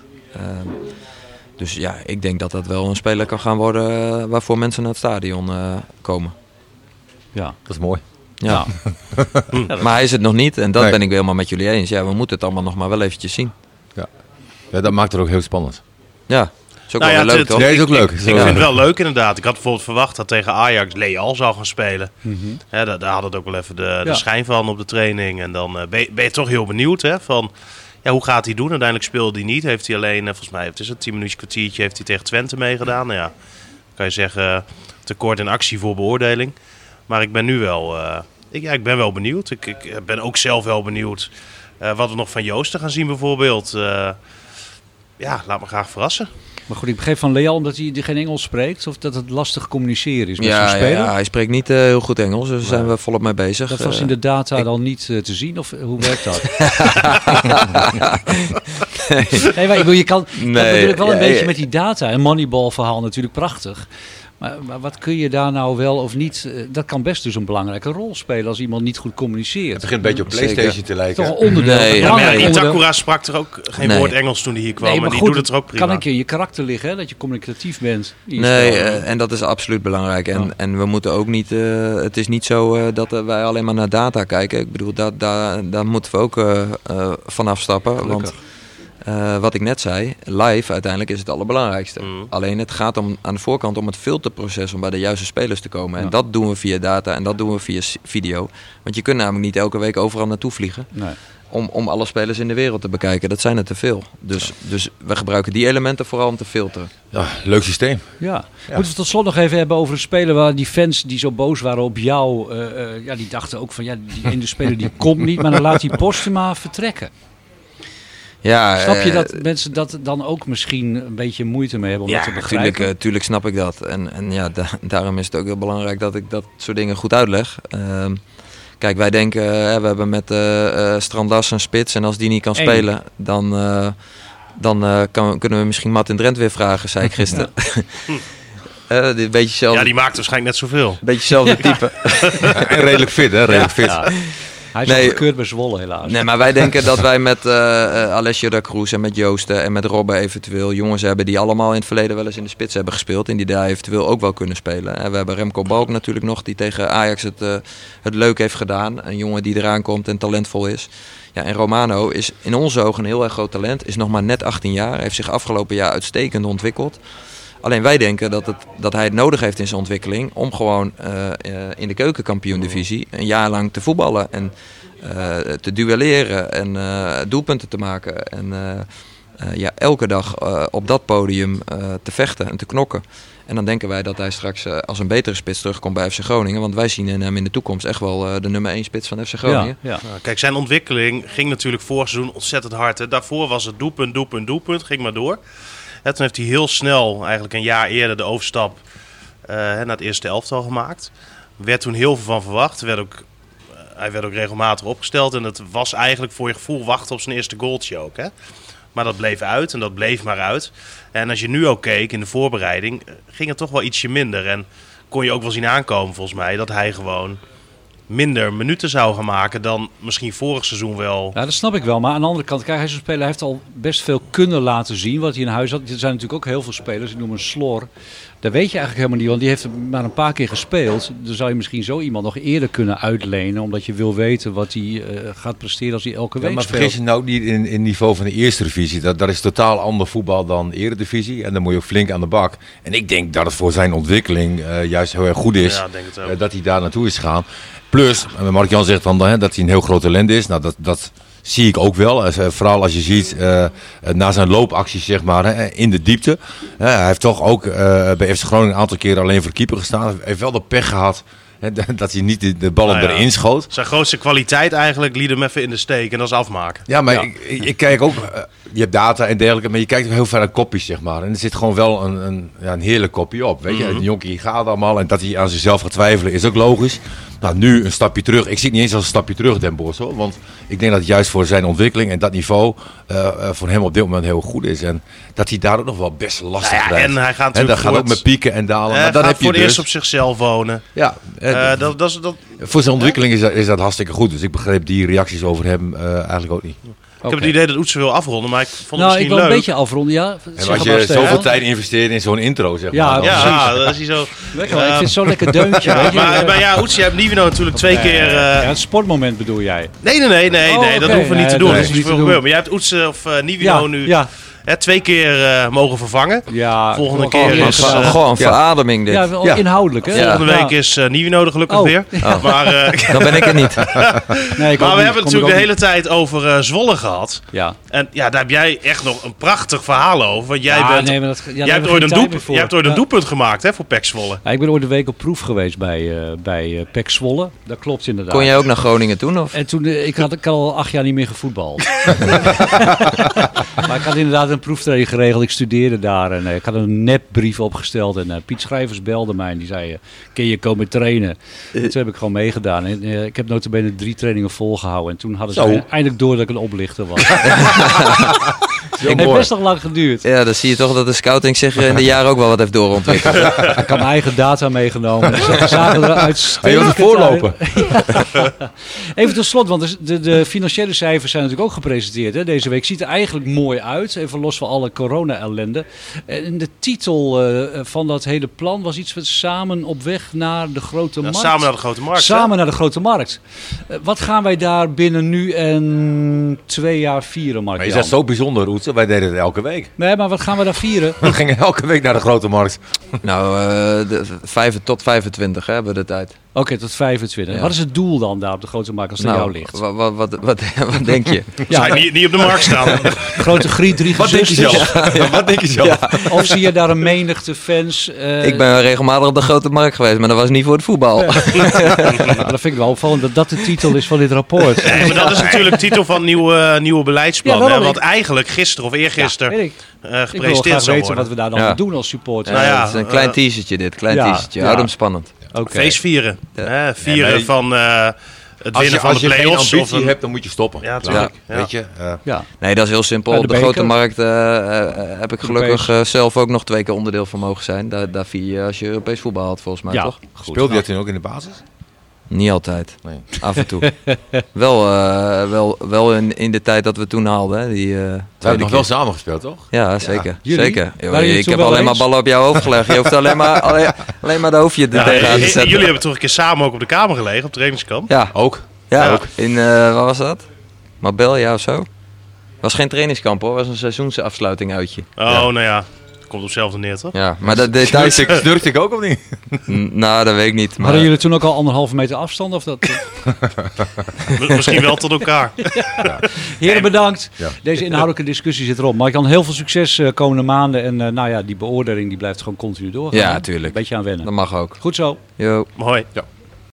Dus ja, ik denk dat dat wel een speler kan gaan worden waarvoor mensen naar het stadion komen. Ja, dat is mooi. Ja. Maar hij is het nog niet en dat ben ik helemaal met jullie eens. Ja, we moeten het allemaal nog maar wel eventjes zien. Ja, dat maakt het ook heel spannend. Ja, is ook wel weer leuk toch? Nee, is ook leuk. Ik vind het wel leuk inderdaad. Ik had bijvoorbeeld verwacht dat tegen Ajax Leal zou gaan spelen. Mm-hmm. Daar had het ook wel even de schijn van op de training. En dan ben je toch heel benieuwd van... Ja, hoe gaat hij doen? Uiteindelijk speelde hij niet. Heeft hij alleen, volgens mij, het is een 10 minuutjes kwartiertje, heeft hij tegen Twente meegedaan. Nou ja, kan je zeggen, tekort in actie voor beoordeling. Maar ik ben nu wel, ik ben wel benieuwd. Ik ben ook zelf wel benieuwd wat we nog van Joosten gaan zien bijvoorbeeld. Laat me graag verrassen. Maar goed, ik begreep van Leal omdat hij geen Engels spreekt of dat het lastig communiceren is met zo'n speler. Ja, hij spreekt niet heel goed Engels, dus daar zijn we volop mee bezig. Dat was in de data dan niet te zien of hoe werkt dat? Nee, maar ik bedoel, je kan dat natuurlijk wel een beetje met die data. Een Moneyball verhaal natuurlijk prachtig. Maar wat kun je daar nou wel of niet... Dat kan best dus een belangrijke rol spelen als iemand niet goed communiceert. Het begint een beetje op PlayStation te lijken. Toch een onderdeel. Itakura sprak er ook geen woord Engels toen hij hier kwam. Maar die doet het er ook prima. Kan een keer in je karakter liggen, hè, dat je communicatief bent. En dat is absoluut belangrijk. En we moeten ook niet... het is niet zo dat wij alleen maar naar data kijken. Ik bedoel, daar moeten we ook van afstappen. Want wat ik net zei, live uiteindelijk is het allerbelangrijkste. Alleen het gaat aan de voorkant om het filterproces om bij de juiste spelers te komen. En dat doen we via data en dat doen we via video. Want je kunt namelijk niet elke week overal naartoe vliegen. Nee. Om alle spelers in de wereld te bekijken. Dat zijn er te veel. Dus we gebruiken die elementen vooral om te filteren. Ja, leuk systeem. Ja. Moeten we tot slot nog even hebben over een speler waar die fans die zo boos waren op jou, die dachten ook van die ene speler die komt niet, maar dan laat die Postuma vertrekken. Ja, snap je dat mensen dat dan ook misschien een beetje moeite mee hebben om dat te begrijpen? Ja, tuurlijk snap ik dat. En daarom is het ook heel belangrijk dat ik dat soort dingen goed uitleg. Kijk, wij denken, we hebben met Strandas een spits en als die niet kan spelen, dan kunnen we misschien Martin Drent weer vragen, zei ik gisteren. Die maakt waarschijnlijk net zoveel. Beetje hetzelfde type. En redelijk fit, hè? Redelijk fit. Ja. Hij is al gekeurd bij Zwolle helaas. Nee, maar wij denken dat wij met Alessio Da Cruz en met Joosten en met Robben eventueel jongens hebben die allemaal in het verleden wel eens in de spits hebben gespeeld. En die daar eventueel ook wel kunnen spelen. En we hebben Remco Balk natuurlijk nog, die tegen Ajax het leuk heeft gedaan. Een jongen die eraan komt en talentvol is. Ja, en Romano is in onze ogen een heel erg groot talent. Is nog maar net 18 jaar. Heeft zich afgelopen jaar uitstekend ontwikkeld. Alleen wij denken dat hij het nodig heeft in zijn ontwikkeling om gewoon in de keukenkampioen-divisie een jaar lang te voetballen en te duelleren en doelpunten te maken. En elke dag op dat podium te vechten en te knokken. En dan denken wij dat hij straks als een betere spits terugkomt bij FC Groningen. Want wij zien in hem in de toekomst echt wel de nummer 1 spits van FC Groningen. Ja. Kijk, zijn ontwikkeling ging natuurlijk vorig seizoen ontzettend hard. Hè. Daarvoor was het doelpunt, ging maar door. Toen heeft hij heel snel, eigenlijk een jaar eerder, de overstap naar het eerste elftal gemaakt. Werd toen heel veel van verwacht. Hij werd ook regelmatig opgesteld. En het was eigenlijk voor je gevoel wachten op zijn eerste goaltje ook. Hè? Maar dat bleef uit en dat bleef maar uit. En als je nu ook keek in de voorbereiding, ging het toch wel ietsje minder. En kon je ook wel zien aankomen volgens mij dat hij gewoon minder minuten zou gaan maken dan misschien vorig seizoen wel. Ja, dat snap ik wel. Maar aan de andere kant, kijk, hij is een speler, hij heeft al best veel kunnen laten zien wat hij in huis had. Er zijn natuurlijk ook heel veel spelers, ik noem een Slor. Dat weet je eigenlijk helemaal niet, want die heeft maar een paar keer gespeeld. Dan zou je misschien zo iemand nog eerder kunnen uitlenen, omdat je wil weten wat hij gaat presteren als hij elke week maar speelt. vergis je nou niet in niveau van de eerste divisie. Dat is totaal ander voetbal dan eredivisie. En dan moet je ook flink aan de bak. En ik denk dat het voor zijn ontwikkeling juist heel erg goed is Denk het ook. dat hij daar naartoe is gegaan. Plus, Mark-Jan zegt dan dat hij een heel groot talent is. Nou, dat zie ik ook wel. Vooral als je ziet na zijn loopacties, zeg maar, in de diepte. Hij heeft toch ook bij FC Groningen een aantal keren alleen voor de keeper gestaan. Hij heeft wel de pech gehad dat hij niet de ballen erin schoot. Zijn grootste kwaliteit eigenlijk liet hem even in de steek en dat is afmaken. Ja, maar ik kijk ook, je hebt data en dergelijke, maar je kijkt ook heel veel naar kopjes, zeg maar. En er zit gewoon wel een heerlijk kopje op, weet je. Een jonkie gaat allemaal en dat hij aan zichzelf gaat twijfelen is ook logisch. Nou, nu een stapje terug. Ik zie het niet eens als een stapje terug, Den Bosch, hoor. Want ik denk dat het juist voor zijn ontwikkeling en dat niveau voor hem op dit moment heel goed is. En dat hij daar ook nog wel best lastig krijgt. En hij gaat dat natuurlijk gaat ook met pieken en dalen. Hij Maar dan gaat heb je voor het dus, eerst op zichzelf wonen. ja, Dat voor zijn ontwikkeling is dat hartstikke goed. Dus ik begreep die reacties over hem eigenlijk ook niet. Ik heb het idee dat Oetsen wil afronden, maar ik vond het Nou, ik misschien wil leuk. een beetje afronden, ja. En als je zoveel tijd investeert in zo'n intro, zeg Ja, maar. dan- Ja, dat is hij zo. Lekker, ik vind het zo'n lekker deuntje. weet je. Maar ja, Oetsen, je hebt Nivino natuurlijk 2 keer... Ja, het sportmoment bedoel jij? Nee, dat oké. hoeven we niet te doen. Nee, Dat is niet niet te veel doen. gebeurd. Maar jij hebt Oetsen of Nivino nu 2 keer mogen vervangen. Ja, Volgende gewoon keer is... Gewoon een verademing dit. ja, wel Ja. inhoudelijk, hè? Volgende week is Nivino er gelukkig Oh. weer. Maar, Dan ben ik er niet. Nee, ik maar ook we niet. hebben Kom ik natuurlijk ook de hele tijd over Zwolle gehad. Ja. En ja, daar heb jij echt nog een prachtig verhaal over. Want jij, Ja, bent, nee, maar dat, ja, jij daar hebt hebben we ooit geen een, tijd meer voor. jij hebt ooit een Ja. doelpunt gemaakt hè, voor PEC Zwolle. Ja, ik ben ooit een week op proef geweest bij PEC Zwolle. Dat klopt inderdaad. Kon jij ook naar Groningen toen? Of? En toen, ik had al 8 jaar niet meer gevoetbald. Maar ik had inderdaad een proeftraining geregeld. Ik studeerde daar en ik had een nepbrief opgesteld. En Piet Schrijvers belde mij en die zei, kun je komen trainen? En toen heb ik gewoon meegedaan. En, ik heb notabene 3 trainingen volgehouden. En toen hadden ze eindelijk door dat ik een oplichter was. Het heeft best nog lang geduurd. Ja, dan zie je toch dat de scouting zich in de jaren ook wel wat heeft doorontwikkeld. Ik had mijn eigen data meegenomen. Dus ze zagen eruit. En je was er voorlopen. Ja. Even tot slot, want de financiële cijfers zijn natuurlijk ook gepresenteerd hè, deze week. Ziet er eigenlijk mooi uit, even los van alle corona-ellende. En de titel van dat hele plan was iets van samen op weg naar de grote markt. Samen naar de grote markt. Samen naar de grote markt. Wat gaan wij daar binnen nu en 2 jaar vieren, Mark? Maar is dat zo bijzonder, Oetse? Wij deden het elke week. Nee, maar wat gaan we daar vieren? We gingen elke week naar de grote markt. Nou, tot 25 hè, hebben we de tijd. Oké, tot 25. Ja. Wat is het doel dan daar op de grote markt als het aan jou ligt? Wat denk je? Ja, niet op de markt staan. Grote Griet, 3 Wat denk je gezusters. zelf? Wat denk je zelf? Of zie je daar een menigte fans? Ik ben regelmatig op de grote markt geweest, maar dat was niet voor het voetbal. Nou, dat vind ik wel opvallend dat dat de titel is van dit rapport. Nee, maar dat is natuurlijk de titel van het nieuwe beleidsplan. Ja, daarom hè, wat ik- eigenlijk gisteren of eergisteren Weet ik. Ik wil gepresenteerd graag zou weten worden. wat we daar dan Ja. aan doen als supporter. Nou ja, Het is een klein teasertje dit, klein ja, teasertje. ja. Houd hem spannend. Oké. Feest vieren. Ja. Hè, vieren Nee, maar- van het Als winnen je, van als de je geen play-offs. ambitie Of een... hebt, dan moet je stoppen. Ja, tuurlijk. Ja. Weet je? Ja. Nee, dat is heel simpel. Bij de Op de grote beker. markt heb ik gelukkig zelf ook nog 2 keer onderdeel van mogen zijn. Daar vier je als je Europees voetbal had, volgens mij, Ja. toch? Speelde je dat toen ook in de basis? Niet altijd. Nee. Af en toe. wel in de tijd dat we toen haalden. Hè, die, We hebben tweede nog wel keer. samen gespeeld, toch? Ja, zeker. Jullie? Zeker. Waren jullie Ik toen heb wel alleen maar eens? ballen op jouw hoofd gelegd. Je hoeft alleen maar de hoofdje er Ja, tegenaan te zetten. jullie hebben toch een keer samen ook op de kamer gelegen, op trainingskamp? Ja, Ook. ja. Ook. In, waar was dat? Marbella of zo? Was geen trainingskamp hoor, was een seizoensafsluiting uitje. Oh, nou ja. Komt op hetzelfde neer, toch? Ja, maar de details... Snurkte ik ook of niet? Nou, dat weet ik niet. Maar Hadden jullie toen ook al 1,5 meter afstand? Of dat? Misschien wel tot elkaar. Heren, bedankt. Ja. Deze inhoudelijke discussie zit erop. Maar ik kan heel veel succes komende maanden. En nou ja, die beoordeling die blijft gewoon continu doorgaan. Ja, hè? tuurlijk. Beetje aan wennen. dat mag ook. Goed zo. Yo. Mooi. Ja.